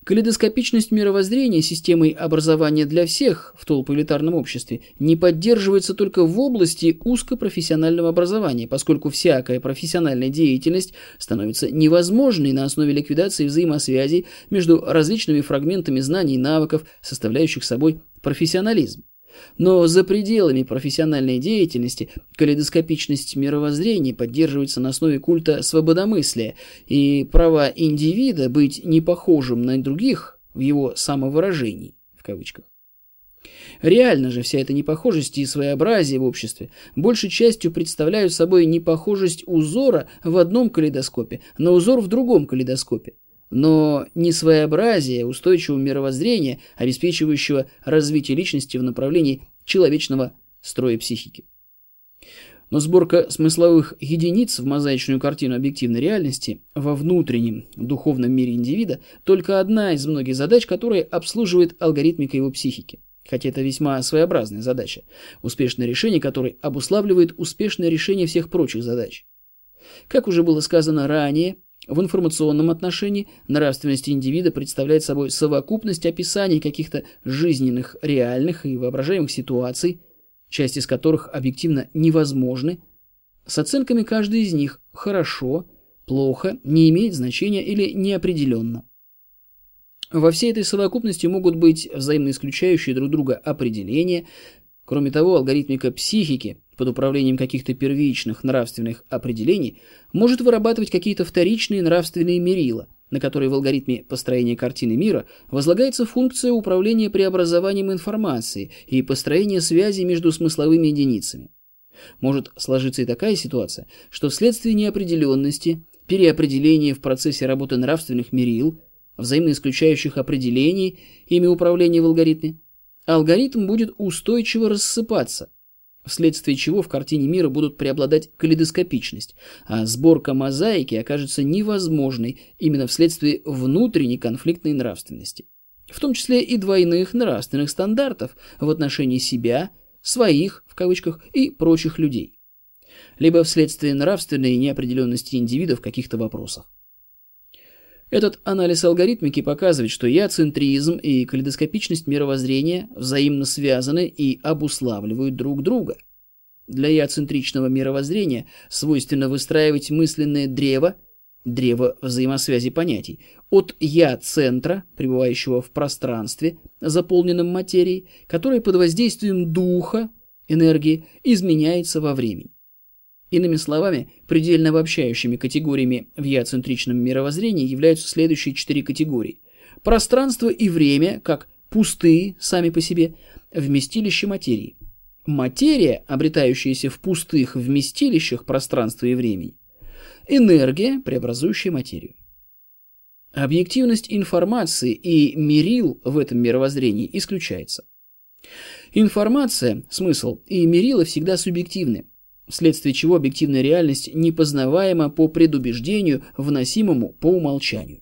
Калейдоскопичность мировоззрения системой образования для всех в толпоэлитарном обществе не поддерживается только в области узкопрофессионального образования, поскольку всякая профессиональная деятельность становится невозможной на основе ликвидации взаимосвязей между различными фрагментами знаний и навыков, составляющих собой профессионализм. Но за пределами профессиональной деятельности калейдоскопичность мировоззрения поддерживается на основе культа свободомыслия, и права индивида быть не похожим на других в его самовыражении, в кавычках. Реально же вся эта непохожесть и своеобразие в обществе большей частью представляют собой непохожесть узора в одном калейдоскопе на узор в другом калейдоскопе, но не своеобразие устойчивого мировоззрения, обеспечивающего развитие личности в направлении человечного строя психики. Но сборка смысловых единиц в мозаичную картину объективной реальности во внутреннем духовном мире индивида только одна из многих задач, которые обслуживает алгоритмика его психики. Хотя это весьма своеобразная задача, успешное решение которой обуславливает успешное решение всех прочих задач. Как уже было сказано ранее, в информационном отношении нравственность индивида представляет собой совокупность описаний каких-то жизненных, реальных и воображаемых ситуаций, часть из которых объективно невозможны, с оценками каждой из них «хорошо», «плохо», «не имеет значения» или «неопределенно». Во всей этой совокупности могут быть взаимно исключающие друг друга определения. Кроме того, алгоритмика психики под управлением каких-то первичных нравственных определений может вырабатывать какие-то вторичные нравственные мерила, на которые в алгоритме построения картины мира возлагается функция управления преобразованием информации и построения связей между смысловыми единицами. Может сложиться и такая ситуация, что вследствие неопределенности, переопределения в процессе работы нравственных мерил, взаимно исключающих определений, ими управления в алгоритме, алгоритм будет устойчиво рассыпаться, вследствие чего в картине мира будут преобладать калейдоскопичность, а сборка мозаики окажется невозможной именно вследствие внутренней конфликтной нравственности, в том числе и двойных нравственных стандартов в отношении себя, своих, в кавычках, и прочих людей, либо вследствие нравственной неопределенности индивида в каких-то вопросах. Этот анализ алгоритмики показывает, что яцентризм и калейдоскопичность мировоззрения взаимно связаны и обуславливают друг друга. Для яцентричного мировоззрения свойственно выстраивать мысленное древо взаимосвязи понятий, от я-центра, пребывающего в пространстве, заполненном материей, которое под воздействием духа, энергии, изменяется во времени. Иными словами, предельно обобщающими категориями в я-центричном мировоззрении являются следующие 4 категории. Пространство и время, как пустые сами по себе, вместилище материи. Материя, обретающаяся в пустых вместилищах пространства и времени. Энергия, преобразующая материю. Объективность информации и мерил в этом мировоззрении исключается. Информация, смысл и мерила всегда субъективны, вследствие чего объективная реальность непознаваема по предубеждению, вносимому по умолчанию.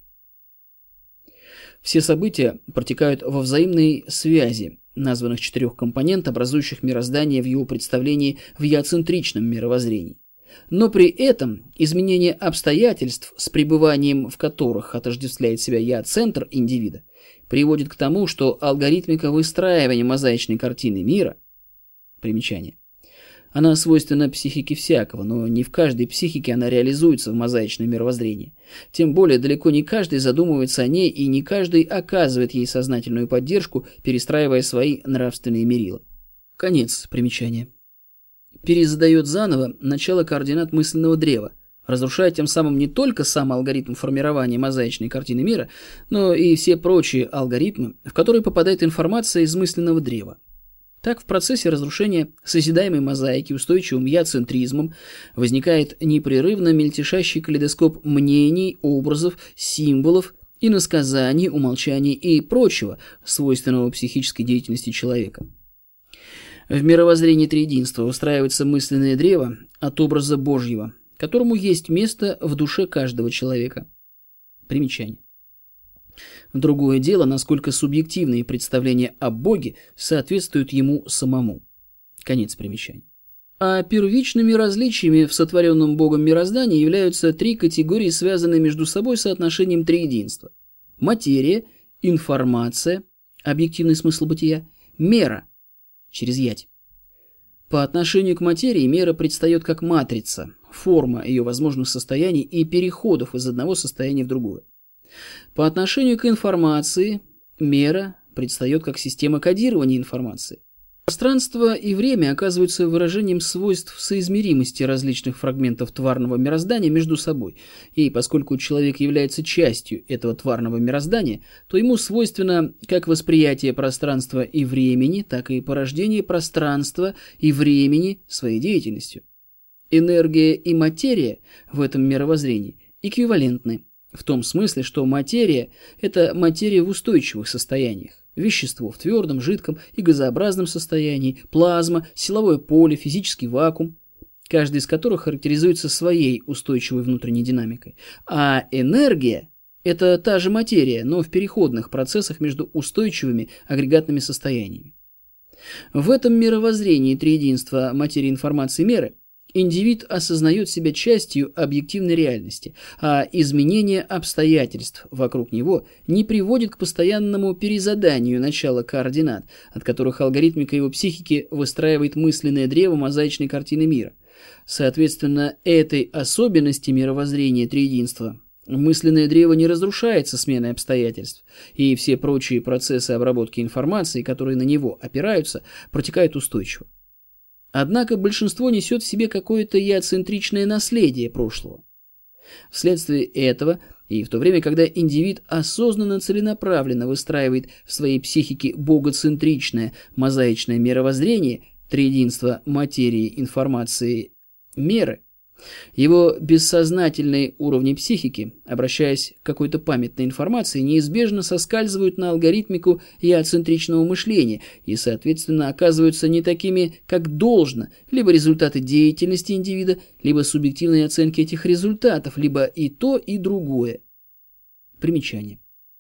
Все события протекают во взаимной связи названных 4 компонент, образующих мироздание в его представлении в яцентричном мировоззрении. Но при этом изменение обстоятельств, с пребыванием в которых отождествляет себя я-центр индивида, приводит к тому, что алгоритмика выстраивания мозаичной картины мира, примечание, она свойственна психике всякого, но не в каждой психике она реализуется в мозаичное мировоззрение. Тем более далеко не каждый задумывается о ней, и не каждый оказывает ей сознательную поддержку, перестраивая свои нравственные мерила. Конец примечания. Перезадает заново начало координат мысленного древа, разрушая тем самым не только сам алгоритм формирования мозаичной картины мира, но и все прочие алгоритмы, в которые попадает информация из мысленного древа. Так, в процессе разрушения созидаемой мозаики устойчивым я-центризмом возникает непрерывно мельтешащий калейдоскоп мнений, образов, символов, иносказаний, умолчаний и прочего, свойственного психической деятельности человека. В мировоззрении триединства устраивается мысленное древо от образа Божьего, которому есть место в душе каждого человека. Примечание. Другое дело, насколько субъективные представления о Боге соответствуют ему самому. Конец примечания. А первичными различиями в сотворенном Богом мироздании являются 3 категории, связанные между собой соотношением триединства. Материя, информация, объективный смысл бытия, мера, через ять. По отношению к материи мера предстает как матрица, форма ее возможных состояний и переходов из одного состояния в другое. По отношению к информации мера предстает как система кодирования информации. Пространство и время оказываются выражением свойств соизмеримости различных фрагментов тварного мироздания между собой, и поскольку человек является частью этого тварного мироздания, то ему свойственно как восприятие пространства и времени, так и порождение пространства и времени своей деятельностью. Энергия и материя в этом мировоззрении эквивалентны, в том смысле, что материя – это материя в устойчивых состояниях. Вещество в твердом, жидком и газообразном состоянии, плазма, силовое поле, физический вакуум, каждый из которых характеризуется своей устойчивой внутренней динамикой. А энергия – это та же материя, но в переходных процессах между устойчивыми агрегатными состояниями. В этом мировоззрении триединства материи, информации, меры индивид осознает себя частью объективной реальности, а изменение обстоятельств вокруг него не приводит к постоянному перезаданию начала координат, от которых алгоритмика его психики выстраивает мысленное древо мозаичной картины мира. Соответственно, этой особенности мировоззрения триединства мысленное древо не разрушается сменой обстоятельств, и все прочие процессы обработки информации, которые на него опираются, протекают устойчиво. Однако большинство несет в себе какое-то яцентричное наследие прошлого. Вследствие этого, и в то время, когда индивид осознанно целенаправленно выстраивает в своей психике богоцентричное мозаичное мировоззрение, триединство материи, информации, меры, его бессознательные уровни психики, обращаясь к какой-то памятной информации, неизбежно соскальзывают на алгоритмику яцентричного мышления и, соответственно, оказываются не такими, как должно, либо результаты деятельности индивида, либо субъективные оценки этих результатов, либо и то, и другое. Примечание.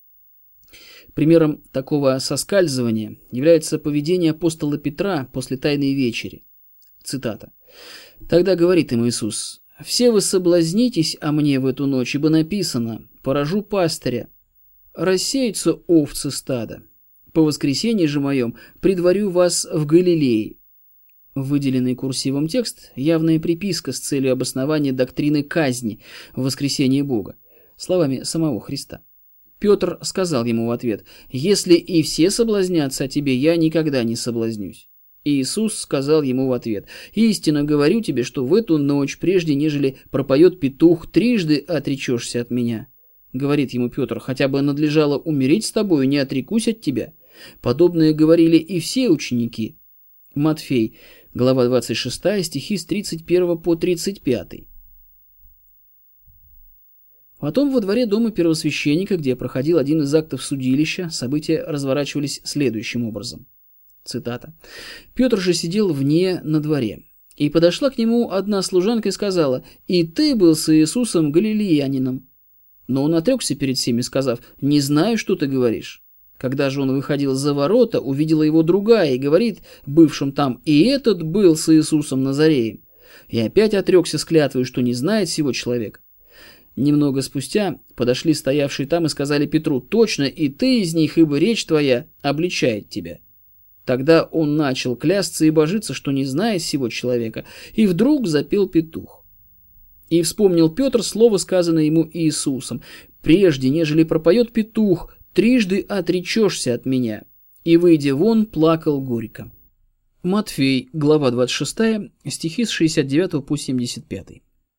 Примером такого соскальзывания является поведение апостола Петра после Тайной вечери. Цитата. «Тогда говорит им Иисус: «Все вы соблазнитесь о мне в эту ночь, ибо написано: поражу пастыря, рассеются овцы стада. По воскресенье же моем предварю вас в Галилее». Выделенный курсивом текст – явная приписка с целью обоснования доктрины казни в воскресенье Бога, словами самого Христа. Петр сказал ему в ответ: «Если и все соблазнятся о тебе, я никогда не соблазнюсь». Иисус сказал ему в ответ: «Истинно говорю тебе, что в эту ночь, прежде нежели пропоет петух, трижды отречешься от меня». Говорит ему Петр: «Хотя бы надлежало умереть с тобою, не отрекусь от тебя». Подобное говорили и все ученики. Матфей, глава 26, стихи с 31 по 35. Потом во дворе дома первосвященника, где проходил один из актов судилища, события разворачивались следующим образом. Цитата. «Петр же сидел вне на дворе, и подошла к нему одна служанка и сказала: „И ты был с Иисусом Галилеянином“. Но он отрекся перед всеми, сказав: „Не знаю, что ты говоришь“. Когда же он выходил за ворота, увидела его другая и говорит бывшим там: „И этот был с Иисусом Назареем“. И опять отрекся с клятвой, что не знает сего человека. Немного спустя подошли стоявшие там и сказали Петру: „Точно, и ты из них, ибо речь твоя обличает тебя“. Тогда он начал клясться и божиться, что не знает сего человека, и вдруг запел петух. И вспомнил Петр слово, сказанное ему Иисусом: „Прежде, нежели пропоет петух, трижды отречешься от меня“. И, выйдя вон, плакал горько». Матфей, глава 26, стихи с 69 по 75.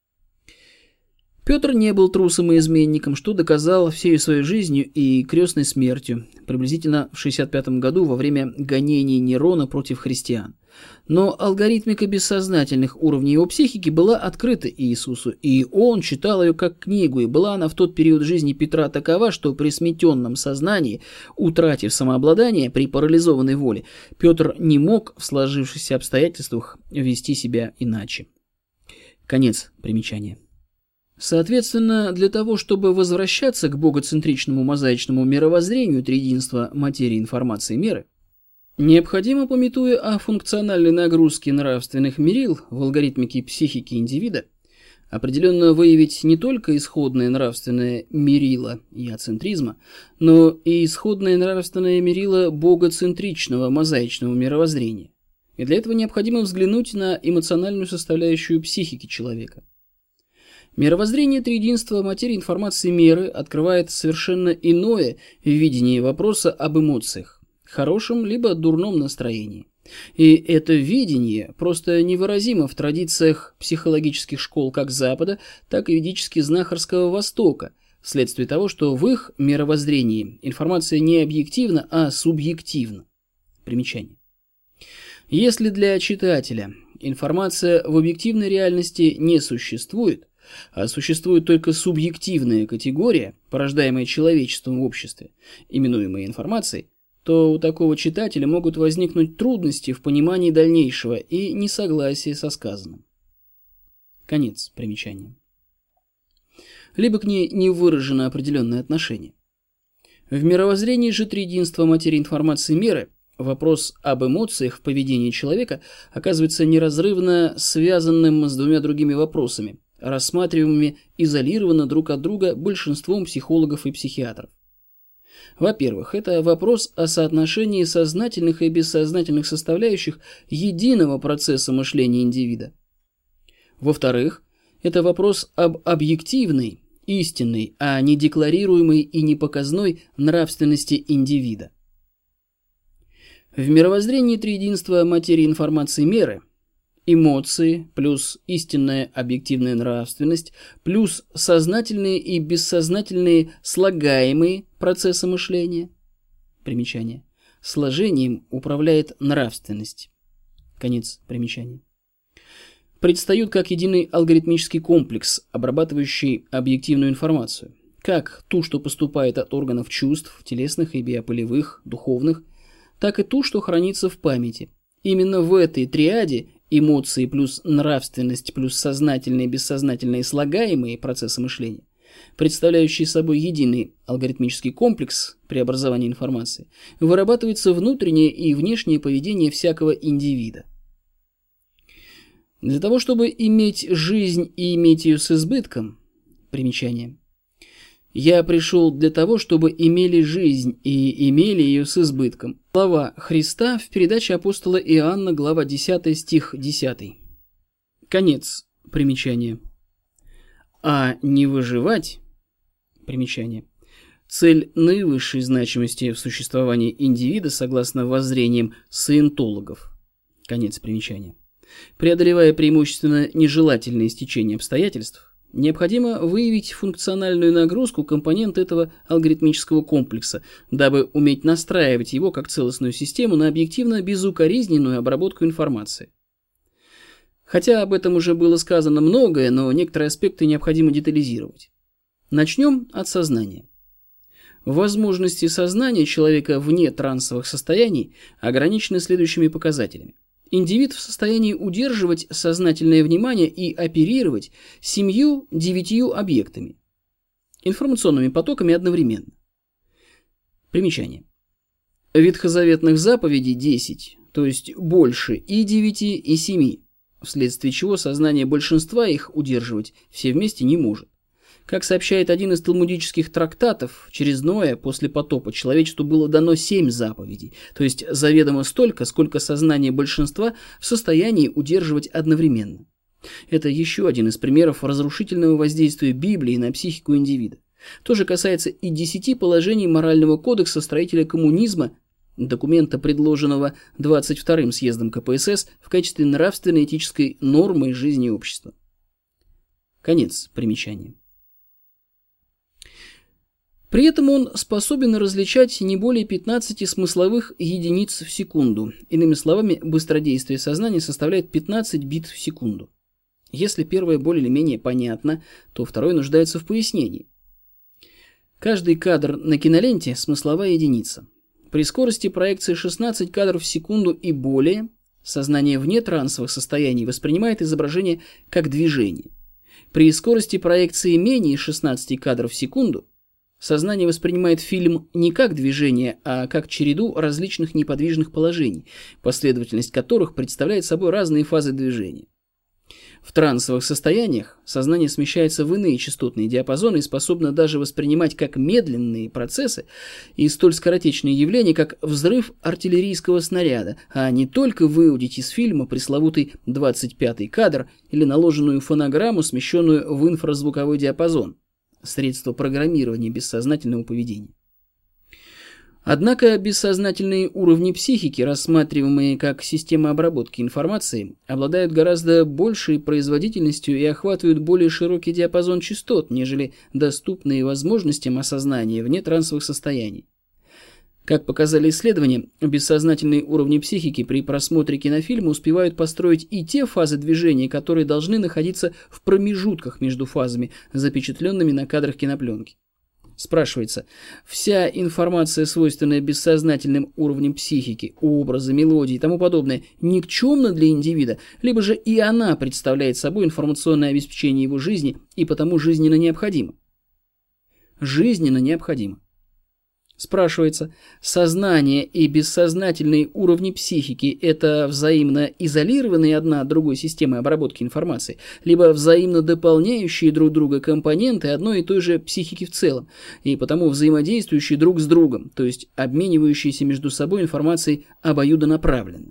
Петр не был трусом и изменником, что доказал всей своей жизнью и крестной смертью, приблизительно в 65 году во время гонений Нерона против христиан. Но алгоритмика бессознательных уровней его психики была открыта Иисусу, и он читал ее как книгу, и была она в тот период жизни Петра такова, что при сметенном сознании, утратив самообладание при парализованной воле, Петр не мог в сложившихся обстоятельствах вести себя иначе. Конец примечания. Соответственно, для того, чтобы возвращаться к богоцентричному мозаичному мировоззрению триединства материи, информации, меры, необходимо, памятуя о функциональной нагрузке нравственных мерил в алгоритмике психики индивида, определенно выявить не только исходное нравственное мерило яцентризма, но и исходное нравственное мерило богоцентричного мозаичного мировоззрения. И для этого необходимо взглянуть на эмоциональную составляющую психики человека. Мировоззрение триединства материи, информации, меры открывает совершенно иное видение вопроса об эмоциях, хорошем либо дурном настроении. И это видение просто невыразимо в традициях психологических школ как Запада, так и ведически-знахарского Востока, вследствие того, что в их мировоззрении информация не объективна, а субъективна. Примечание. Если для читателя информация в объективной реальности не существует, а существует только субъективная категория, порождаемая человечеством в обществе, именуемая информацией, то у такого читателя могут возникнуть трудности в понимании дальнейшего и несогласие со сказанным. Конец примечания. Либо к ней не выражено определенное отношение. В мировоззрении же триединства материи, информации, меры вопрос об эмоциях в поведении человека оказывается неразрывно связанным с двумя другими вопросами, рассматриваемыми изолированно друг от друга большинством психологов и психиатров. Во-первых, это вопрос о соотношении сознательных и бессознательных составляющих единого процесса мышления индивида. Во-вторых, это вопрос об объективной, истинной, а не декларируемой и не показной нравственности индивида. В мировоззрении триединства материи, информации, меры эмоции плюс истинная объективная нравственность плюс сознательные и бессознательные слагаемые процессы мышления. Примечание. Сложением управляет нравственность. Конец примечания. Предстают как единый алгоритмический комплекс, обрабатывающий объективную информацию, как ту, что поступает от органов чувств, телесных и биополевых, духовных, так и ту, что хранится в памяти. Именно в этой триаде эмоции плюс нравственность плюс сознательные и бессознательные слагаемые процессы мышления, представляющие собой единый алгоритмический комплекс преобразования информации, вырабатывается внутреннее и внешнее поведение всякого индивида. Для того, чтобы иметь жизнь и иметь ее с избытком, примечание, «Я пришел для того, чтобы имели жизнь и имели ее с избытком». Слова Христа в передаче апостола Иоанна, глава 10, стих 10. Конец примечания. А не выживать, примечание, цель наивысшей значимости в существовании индивида согласно воззрениям саентологов. Конец примечания. Преодолевая преимущественно нежелательные стечения обстоятельств, необходимо выявить функциональную нагрузку компонент этого алгоритмического комплекса, дабы уметь настраивать его как целостную систему на объективно безукоризненную обработку информации. Хотя об этом уже было сказано многое, но некоторые аспекты необходимо детализировать. Начнем от сознания. Возможности сознания человека вне трансовых состояний ограничены следующими показателями. Индивид в состоянии удерживать сознательное внимание и оперировать 7-9 объектами, информационными потоками одновременно. Примечание. Ветхозаветных заповедей 10, то есть больше и 9, и 7, вследствие чего сознание большинства их удерживать все вместе не может. Как сообщает один из талмудических трактатов, через Ноя после потопа человечеству было дано 7 заповедей, то есть заведомо столько, сколько сознание большинства в состоянии удерживать одновременно. Это еще один из примеров разрушительного воздействия Библии на психику индивида. То же касается и 10 положений морального кодекса строителя коммунизма, документа, предложенного 22-м съездом КПСС в качестве нравственно-этической нормы жизни общества. Конец примечания. При этом он способен различать не более 15 смысловых единиц в секунду. Иными словами, быстродействие сознания составляет 15 бит в секунду. Если первое более или менее понятно, то второе нуждается в пояснении. Каждый кадр на киноленте – смысловая единица. При скорости проекции 16 кадров в секунду и более сознание вне трансовых состояний воспринимает изображение как движение. При скорости проекции менее 16 кадров в секунду сознание воспринимает фильм не как движение, а как череду различных неподвижных положений, последовательность которых представляет собой разные фазы движения. В трансовых состояниях сознание смещается в иные частотные диапазоны и способно даже воспринимать как медленные процессы и столь скоротечные явления, как взрыв артиллерийского снаряда, а не только выудить из фильма пресловутый 25-й кадр или наложенную фонограмму, смещенную в инфразвуковой диапазон, средство программирования бессознательного поведения. Однако бессознательные уровни психики, рассматриваемые как система обработки информации, обладают гораздо большей производительностью и охватывают более широкий диапазон частот, нежели доступные возможностям осознания вне трансовых состояний. Как показали исследования, бессознательные уровни психики при просмотре кинофильма успевают построить и те фазы движения, которые должны находиться в промежутках между фазами, запечатленными на кадрах кинопленки. Спрашивается, вся информация, свойственная бессознательным уровням психики, образы, мелодии и тому подобное, никчемна для индивида, либо же и она представляет собой информационное обеспечение его жизни и потому жизненно необходима? Жизненно необходима. Спрашивается, сознание и бессознательные уровни психики – это взаимно изолированные одна от другой системы обработки информации, либо взаимно дополняющие друг друга компоненты одной и той же психики в целом, и потому взаимодействующие друг с другом, то есть обменивающиеся между собой информацией обоюдонаправленно.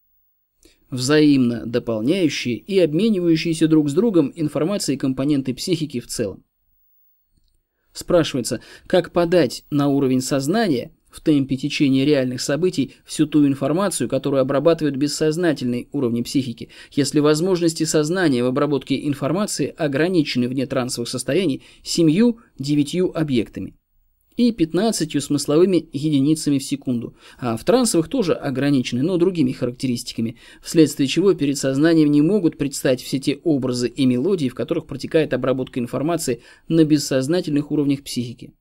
Взаимно дополняющие и обменивающиеся друг с другом информацией компоненты психики в целом. Спрашивается, как подать на уровень сознания в темпе течения реальных событий всю ту информацию, которую обрабатывают бессознательные уровни психики, если возможности сознания в обработке информации ограничены вне трансовых состояний 7-9 объектами и 15 смысловыми единицами в секунду, а в трансовых тоже ограничены, но другими характеристиками, вследствие чего перед сознанием не могут предстать все те образы и мелодии, в которых протекает обработка информации на бессознательных уровнях психики.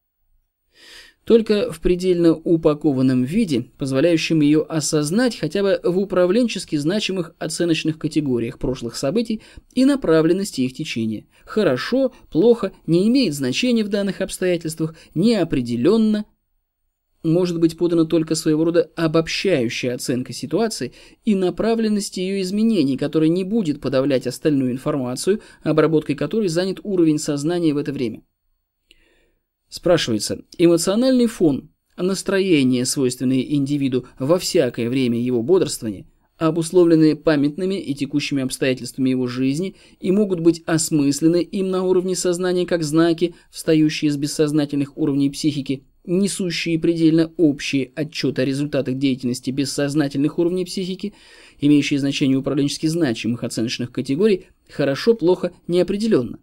Только в предельно упакованном виде, позволяющем ее осознать хотя бы в управленчески значимых оценочных категориях прошлых событий и направленности их течения. Хорошо, плохо, не имеет значения в данных обстоятельствах, неопределенно, может быть подана только своего рода обобщающая оценка ситуации и направленности ее изменений, которая не будет подавлять остальную информацию, обработкой которой занят уровень сознания в это время. Спрашивается, эмоциональный фон, настроение, свойственные индивиду во всякое время его бодрствования, обусловленные памятными и текущими обстоятельствами его жизни и могут быть осмыслены им на уровне сознания как знаки, встающие из бессознательных уровней психики, несущие предельно общие отчеты о результатах деятельности бессознательных уровней психики, имеющие значение управленчески значимых оценочных категорий, хорошо, плохо, неопределенно.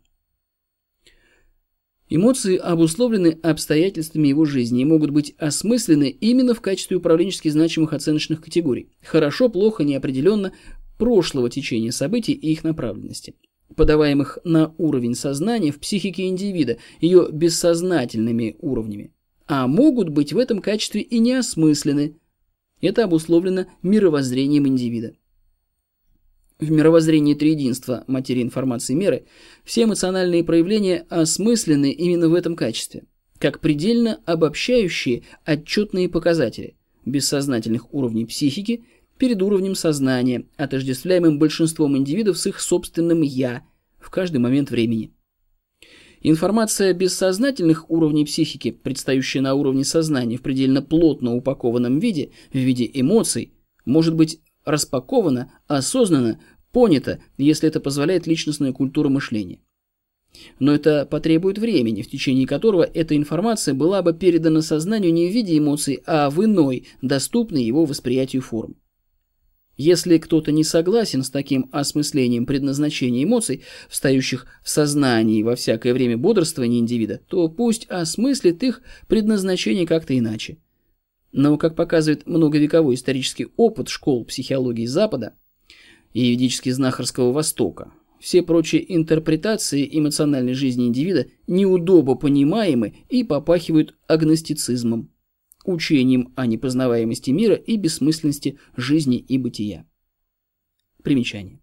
Эмоции обусловлены обстоятельствами его жизни и могут быть осмыслены именно в качестве управленчески значимых оценочных категорий. Хорошо, плохо, неопределенно прошлого течения событий и их направленности, подаваемых на уровень сознания в психике индивида, ее бессознательными уровнями, а могут быть в этом качестве и неосмыслены. Это обусловлено мировоззрением индивида. В мировоззрении триединства материи, информации и меры все эмоциональные проявления осмыслены именно в этом качестве, как предельно обобщающие отчетные показатели бессознательных уровней психики перед уровнем сознания, отождествляемым большинством индивидов с их собственным «я» в каждый момент времени. Информация бессознательных уровней психики, предстающая на уровне сознания в предельно плотно упакованном виде, в виде эмоций, может быть распаковано, осознанно, понято, если это позволяет личностная культура мышления. Но это потребует времени, в течение которого эта информация была бы передана сознанию не в виде эмоций, а в иной, доступной его восприятию форме. Если кто-то не согласен с таким осмыслением предназначения эмоций, встающих в сознании во всякое время бодрствования индивида, то пусть осмыслит их предназначение как-то иначе. Но, как показывает многовековой исторический опыт школ психологии Запада и ведически-знахарского Востока, все прочие интерпретации эмоциональной жизни индивида неудобо понимаемы и попахивают агностицизмом, учением о непознаваемости мира и бессмысленности жизни и бытия. Примечание.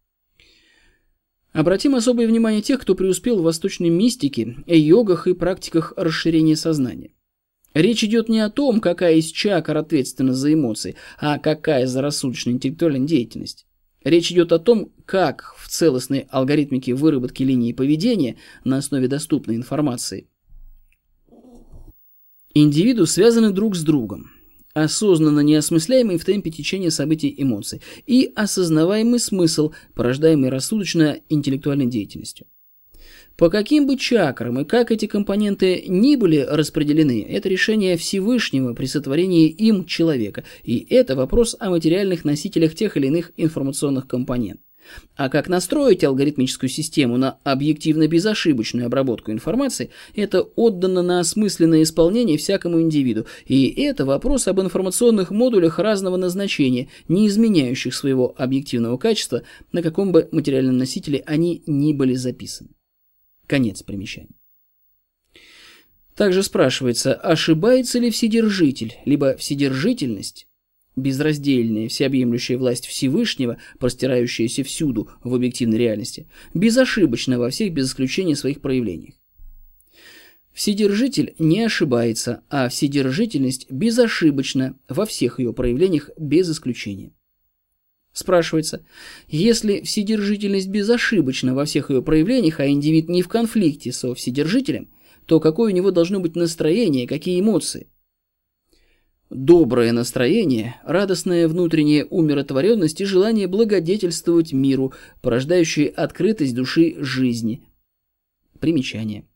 Обратим особое внимание тех, кто преуспел в восточной мистике, йогах и практиках расширения сознания. Речь идет не о том, какая из чакр ответственна за эмоции, а какая за рассудочную интеллектуальную деятельность. Речь идет о том, как в целостной алгоритмике выработки линии поведения на основе доступной информации индивиду связаны друг с другом, осознанно неосмысляемый в темпе течения событий эмоций и осознаваемый смысл, порождаемый рассудочно-интеллектуальной деятельностью. По каким бы чакрам и как эти компоненты ни были распределены, это решение Всевышнего при сотворении им человека, и это вопрос о материальных носителях тех или иных информационных компонентов. А как настроить алгоритмическую систему на объективно-безошибочную обработку информации, это отдано на осмысленное исполнение всякому индивиду, и это вопрос об информационных модулях разного назначения, не изменяющих своего объективного качества, на каком бы материальном носителе они ни были записаны. Конец примечания. Также спрашивается, ошибается ли Вседержитель, либо Вседержительность, безраздельная, всеобъемлющая власть Всевышнего, простирающаяся всюду в объективной реальности, безошибочна во всех без исключения своих проявлениях. Вседержитель не ошибается, а Вседержительность безошибочна во всех ее проявлениях без исключения. Спрашивается, если Вседержительность безошибочна во всех ее проявлениях, а индивид не в конфликте со Вседержителем, то какое у него должно быть настроение, какие эмоции? Доброе настроение, радостная внутренняя умиротворенность и желание благодетельствовать миру, порождающие открытость души жизни. Примечание.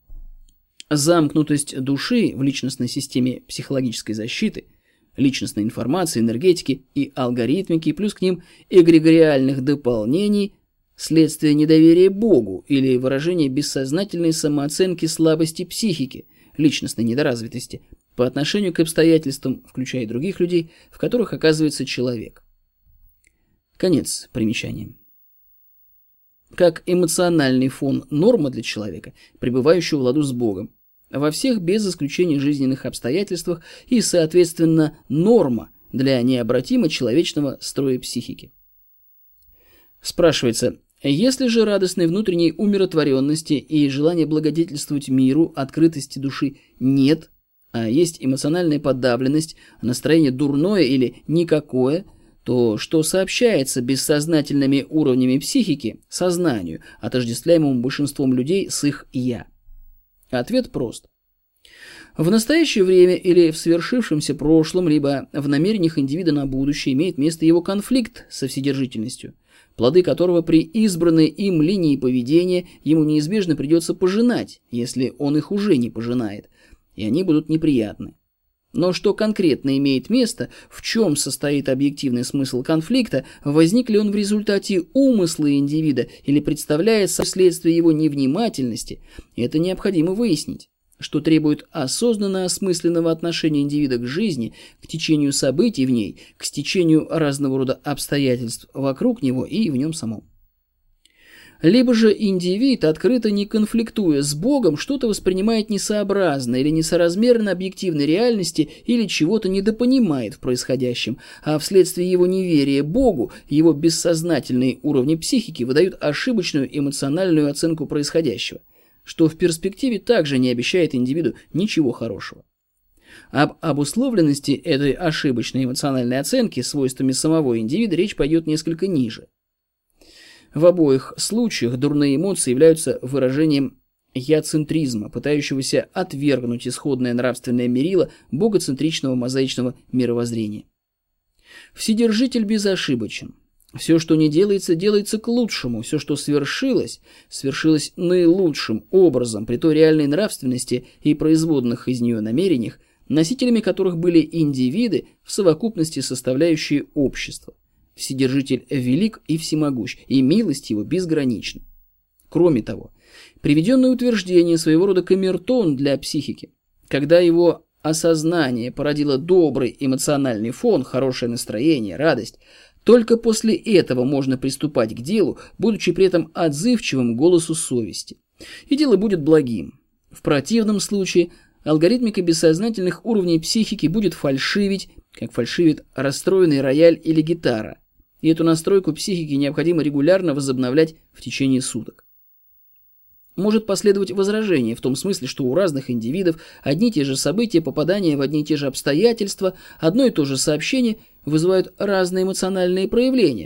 Замкнутость души в личностной системе психологической защиты, личностной информации, энергетики и алгоритмики, плюс к ним эгрегориальных дополнений, следствие недоверия Богу или выражение бессознательной самооценки слабости психики, личностной недоразвитости, по отношению к обстоятельствам, включая других людей, в которых оказывается человек. Конец примечания. Как эмоциональный фон норма для человека, пребывающего в ладу с Богом, во всех без исключения жизненных обстоятельствах и, соответственно, норма для необратимо человечного строя психики. Спрашивается, если же радостной внутренней умиротворенности и желания благодетельствовать миру, открытости души нет, а есть эмоциональная подавленность, настроение дурное или никакое, то что сообщается бессознательными уровнями психики сознанию, отождествляемому большинством людей с их «я»? Ответ прост. В настоящее время или в свершившемся прошлом, либо в намерениях индивида на будущее имеет место его конфликт со вседержительностью, плоды которого при избранной им линии поведения ему неизбежно придется пожинать, если он их уже не пожинает, и они будут неприятны. Но что конкретно имеет место, в чем состоит объективный смысл конфликта, возник ли он в результате умысла индивида или представляется следствие его невнимательности, это необходимо выяснить, что требует осознанно осмысленного отношения индивида к жизни, к течению событий в ней, к стечению разного рода обстоятельств вокруг него и в нем самом. Либо же индивид, открыто не конфликтуя с Богом, что-то воспринимает несообразно или несоразмерно объективной реальности или чего-то недопонимает в происходящем, а вследствие его неверия Богу, его бессознательные уровни психики выдают ошибочную эмоциональную оценку происходящего, что в перспективе также не обещает индивиду ничего хорошего. Об обусловленности этой ошибочной эмоциональной оценки свойствами самого индивида речь пойдет несколько ниже. В обоих случаях дурные эмоции являются выражением яцентризма, пытающегося отвергнуть исходное нравственное мерило богоцентричного мозаичного мировоззрения. Вседержитель безошибочен. Все, что не делается, делается к лучшему. Все, что свершилось, свершилось наилучшим образом при той реальной нравственности и производных из нее намерениях, носителями которых были индивиды, в совокупности составляющие общество. Вседержитель велик и всемогущ, и милость его безгранична. Кроме того, приведенное утверждение своего рода камертон для психики, когда его осознание породило добрый эмоциональный фон, хорошее настроение, радость, только после этого можно приступать к делу, будучи при этом отзывчивым к голосу совести. И дело будет благим. В противном случае алгоритмика бессознательных уровней психики будет фальшивить, как фальшивит расстроенный рояль или гитара. И эту настройку психики необходимо регулярно возобновлять в течение суток. Может последовать возражение в том смысле, что у разных индивидов одни и те же события, попадания в одни и те же обстоятельства, одно и то же сообщение вызывают разные эмоциональные проявления,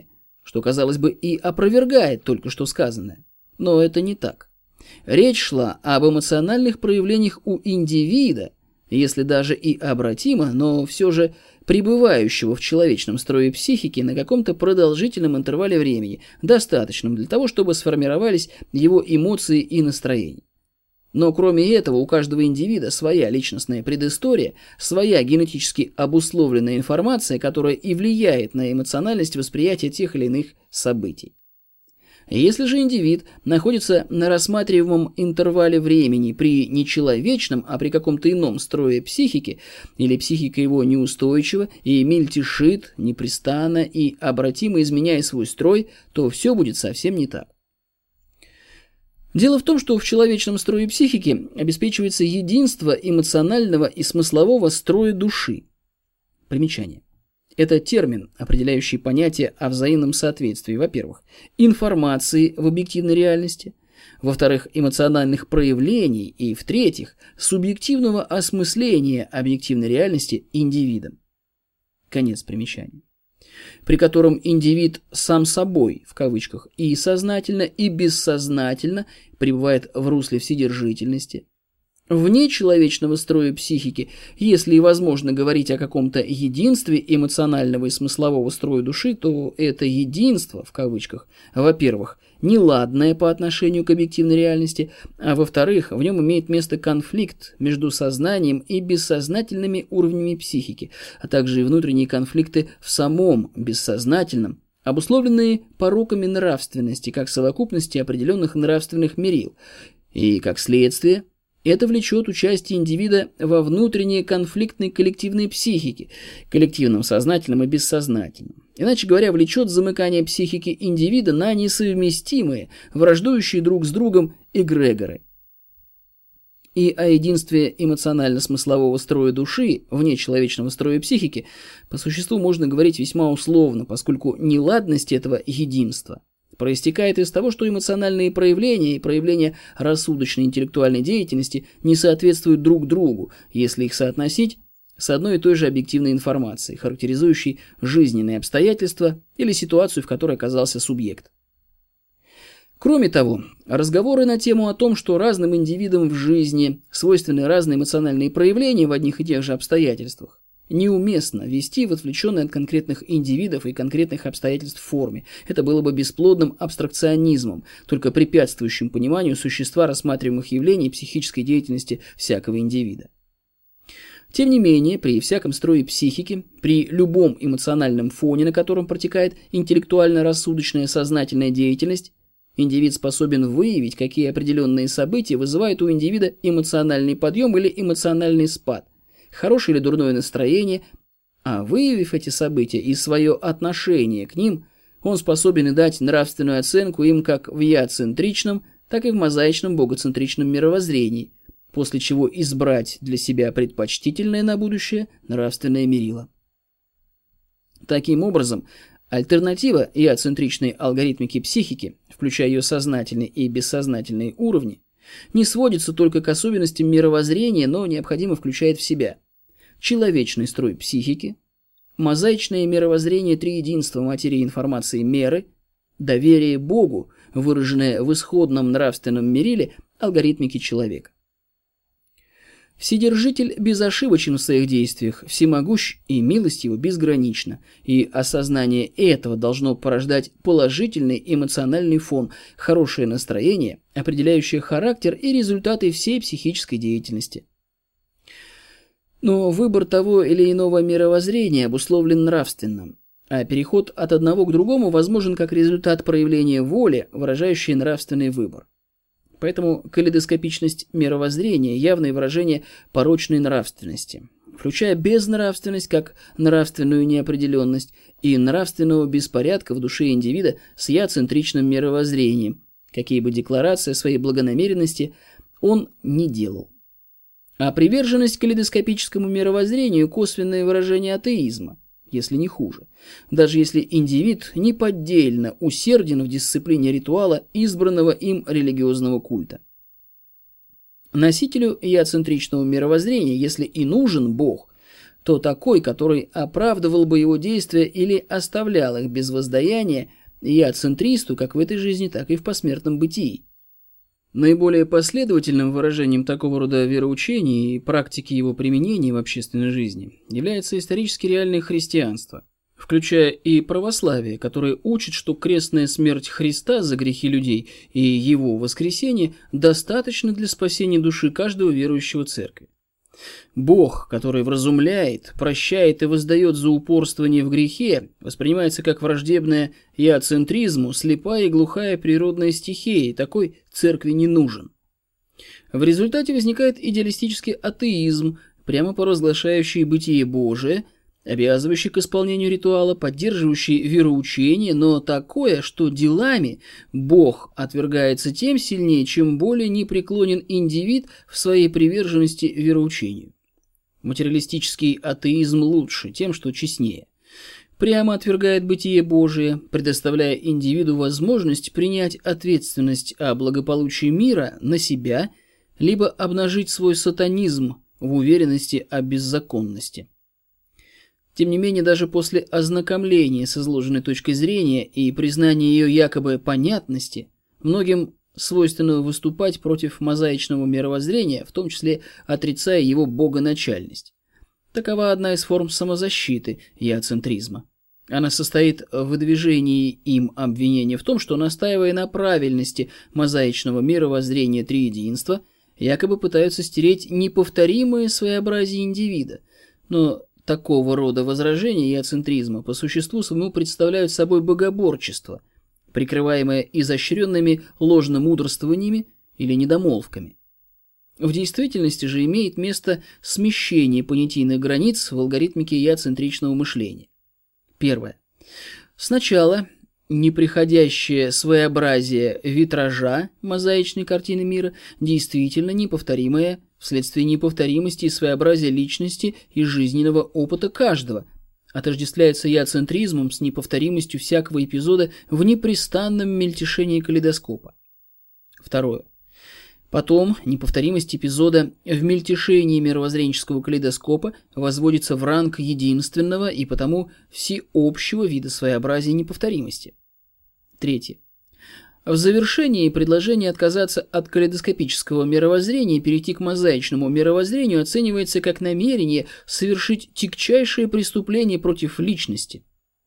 что, казалось бы, и опровергает только что сказанное. Но это не так. Речь шла об эмоциональных проявлениях у индивида, если даже и обратимо, но все же пребывающего в человечном строе психики на каком-то продолжительном интервале времени, достаточном для того, чтобы сформировались его эмоции и настроения. Но кроме этого у каждого индивида своя личностная предыстория, своя генетически обусловленная информация, которая и влияет на эмоциональность восприятия тех или иных событий. Если же индивид находится на рассматриваемом интервале времени при не человечном, а при каком-то ином строе психики, или психика его неустойчива и мельтешит непрестанно и обратимо изменяя свой строй, то все будет совсем не так. Дело в том, что в человечном строе психики обеспечивается единство эмоционального и смыслового строя души. Примечание. Это термин, определяющий понятие о взаимном соответствии, во-первых, информации в объективной реальности, во-вторых, эмоциональных проявлений и, в-третьих, субъективного осмысления объективной реальности индивидом. Конец примечания. При котором индивид сам собой, в кавычках, и сознательно, и бессознательно пребывает в русле вседержительности. Вне человечного строя психики, если и возможно говорить о каком-то единстве эмоционального и смыслового строя души, то это единство, в кавычках, во-первых, неладное по отношению к объективной реальности, а во-вторых, в нем имеет место конфликт между сознанием и бессознательными уровнями психики, а также и внутренние конфликты в самом бессознательном, обусловленные пороками нравственности, как совокупности определенных нравственных мерил, и, как следствие, это влечет участие индивида во внутренней конфликтной коллективной психике, коллективном сознательном и бессознательном. Иначе говоря, влечет замыкание психики индивида на несовместимые, враждующие друг с другом эгрегоры. И о единстве эмоционально-смыслового строя души, вне человечного строя психики, по существу можно говорить весьма условно, поскольку неладность этого единства проистекает из того, что эмоциональные проявления и проявления рассудочной интеллектуальной деятельности не соответствуют друг другу, если их соотносить с одной и той же объективной информацией, характеризующей жизненные обстоятельства или ситуацию, в которой оказался субъект. Кроме того, разговоры на тему о том, что разным индивидам в жизни свойственны разные эмоциональные проявления в одних и тех же обстоятельствах, неуместно вести в отвлеченной от конкретных индивидов и конкретных обстоятельств форме. Это было бы бесплодным абстракционизмом, только препятствующим пониманию существа рассматриваемых явлений психической деятельности всякого индивида. Тем не менее, при всяком строе психики, при любом эмоциональном фоне, на котором протекает интеллектуально-рассудочная сознательная деятельность, индивид способен выявить, какие определенные события вызывают у индивида эмоциональный подъем или эмоциональный спад, хорошее или дурное настроение, а выявив эти события и свое отношение к ним, он способен и дать нравственную оценку им как в я-центричном, так и в мозаичном богоцентричном мировоззрении, после чего избрать для себя предпочтительное на будущее нравственное мерило. Таким образом, альтернатива я-центричной алгоритмики психики, включая ее сознательные и бессознательные уровни, не сводится только к особенностям мировоззрения, но необходимо включает в себя человечный строй психики, мозаичное мировоззрение триединства материи информации меры, доверие Богу, выраженное в исходном нравственном мериле алгоритмики человека. Вседержитель безошибочен в своих действиях, всемогущ и милость его безгранична, и осознание этого должно порождать положительный эмоциональный фон, хорошее настроение, определяющее характер и результаты всей психической деятельности. Но выбор того или иного мировоззрения обусловлен нравственным, а переход от одного к другому возможен как результат проявления воли, выражающей нравственный выбор. Поэтому калейдоскопичность мировоззрения – явное выражение порочной нравственности, включая безнравственность как нравственную неопределенность и нравственного беспорядка в душе индивида с я-центричным мировоззрением, какие бы декларации своей благонамеренности он не делал. А приверженность калейдоскопическому мировоззрению – косвенное выражение атеизма, если не хуже, даже если индивид неподдельно усерден в дисциплине ритуала избранного им религиозного культа. Носителю я-центричного мировоззрения, если и нужен Бог, то такой, который оправдывал бы его действия или оставлял их без воздаяния, я-центристу как в этой жизни, так и в посмертном бытии. Наиболее последовательным выражением такого рода вероучения и практики его применения в общественной жизни является исторически реальное христианство, включая и православие, которое учит, что крестная смерть Христа за грехи людей и его воскресение достаточно для спасения души каждого верующего церкви. Бог, который вразумляет, прощает и воздает за упорствование в грехе, воспринимается как враждебная я-центризму, слепая и глухая природная стихия, и такой церкви не нужен. В результате возникает идеалистический атеизм, прямо провозглашающий бытие Божие, обязывающий к исполнению ритуала, поддерживающий вероучение, но такое, что делами Бог отвергается тем сильнее, чем более непреклонен индивид в своей приверженности вероучению. Материалистический атеизм лучше тем, что честнее. Прямо отвергает бытие Божие, предоставляя индивиду возможность принять ответственность о благополучии мира на себя, либо обнажить свой сатанизм в уверенности о беззаконности. Тем не менее, даже после ознакомления с изложенной точкой зрения и признания ее якобы понятности, многим свойственно выступать против мозаичного мировоззрения, в том числе отрицая его богоначальность. Такова одна из форм самозащиты я-центризма. Она состоит в выдвижении им обвинения в том, что, настаивая на правильности мозаичного мировоззрения триединства, якобы пытаются стереть неповторимое своеобразие индивида. Но такого рода возражения я-центризма по существу своему представляют собой богоборчество, прикрываемое изощренными ложномудрствованиями или недомолвками. В действительности же имеет место смещение понятийных границ в алгоритмике я-центричного мышления. Первое. Сначала неприходящее своеобразие витража мозаичной картины мира действительно неповторимое вследствие неповторимости и своеобразия личности и жизненного опыта каждого, отождествляется я-центризмом с неповторимостью всякого эпизода в непрестанном мельтешении калейдоскопа. Второе. Потом неповторимость эпизода в мельтешении мировоззренческого калейдоскопа возводится в ранг единственного и потому всеобщего вида своеобразия неповторимости. Третье. В завершении предложение отказаться от калейдоскопического мировоззрения и перейти к мозаичному мировоззрению оценивается как намерение совершить тягчайшее преступление против личности,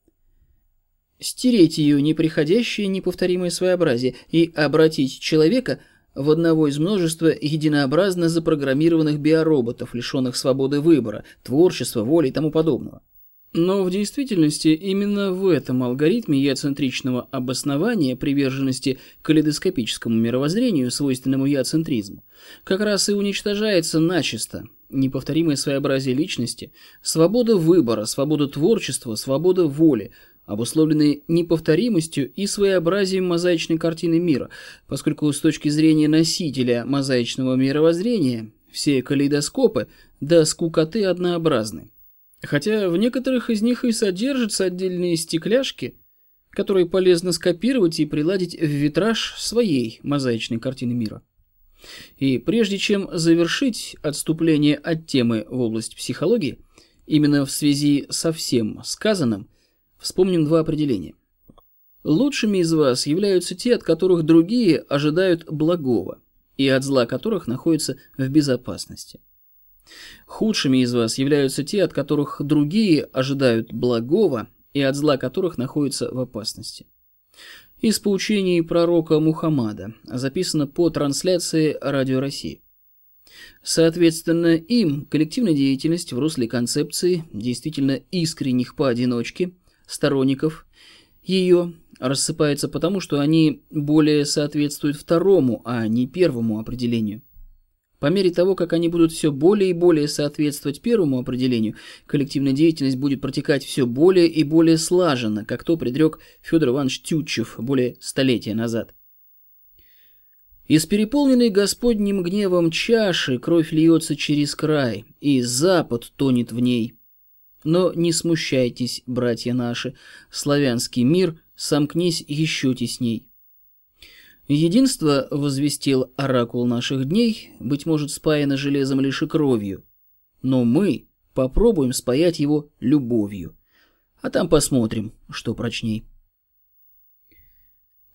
стереть ее неприходящее неповторимое своеобразие и обратить человека в одного из множества единообразно запрограммированных биороботов, лишенных свободы выбора, творчества, воли и тому подобного. Но в действительности именно в этом алгоритме я-центричного обоснования приверженности калейдоскопическому мировоззрению, свойственному я-центризму, как раз и уничтожается начисто неповторимое своеобразие личности, свобода выбора, свобода творчества, свобода воли, обусловленные неповторимостью и своеобразием мозаичной картины мира, поскольку с точки зрения носителя мозаичного мировоззрения все калейдоскопы до скукоты однообразны. Хотя в некоторых из них и содержатся отдельные стекляшки, которые полезно скопировать и приладить в витраж своей мозаичной картины мира. И прежде чем завершить отступление от темы в область психологии, именно в связи со всем сказанным, вспомним два определения. Лучшими из вас являются те, от которых другие ожидают благого, и от зла которых находятся в безопасности. Худшими из вас являются те, от которых другие ожидают благого и от зла которых находятся в опасности. Из поучений пророка Мухаммада записано по трансляции Радио России. Соответственно, им коллективная деятельность в русле концепции действительно искренних поодиночке сторонников ее рассыпается потому, что они более соответствуют второму, а не первому определению. По мере того, как они будут все более и более соответствовать первому определению, коллективная деятельность будет протекать все более и более слаженно, как то предрек Федор Иванович Тютчев более столетия назад. Из переполненной Господним гневом чаши кровь льется через край, и Запад тонет в ней. Но не смущайтесь, братья наши, славянский мир сомкнись еще тесней. Единство, возвестил оракул наших дней, быть может, спаяно железом лишь и кровью, но мы попробуем спаять его любовью, а там посмотрим, что прочней.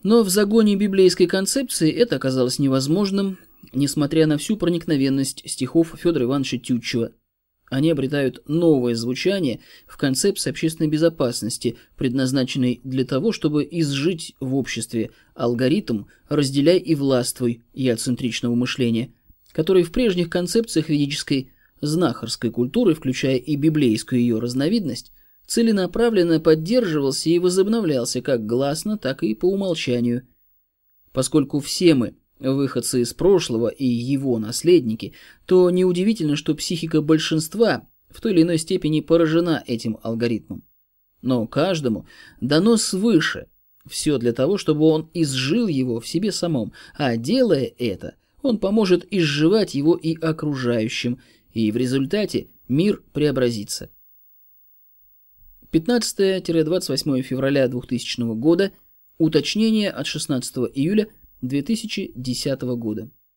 Но в загоне библейской концепции это оказалось невозможным, несмотря на всю проникновенность стихов Федора Ивановича Тютчева. Они обретают новое звучание в концепции общественной безопасности, предназначенной для того, чтобы изжить в обществе алгоритм «разделяй и властвуй» яцентричного мышления, который в прежних концепциях ведической знахарской культуры, включая и библейскую ее разновидность, целенаправленно поддерживался и возобновлялся как гласно, так и по умолчанию. Поскольку все мы выходцы из прошлого и его наследники, то неудивительно, что психика большинства в той или иной степени поражена этим алгоритмом. Но каждому дано свыше все для того, чтобы он изжил его в себе самом, а делая это, он поможет изживать его и окружающим, и в результате мир преобразится. 15-28 февраля 2000 года. Уточнение от 16 июля 2010 года.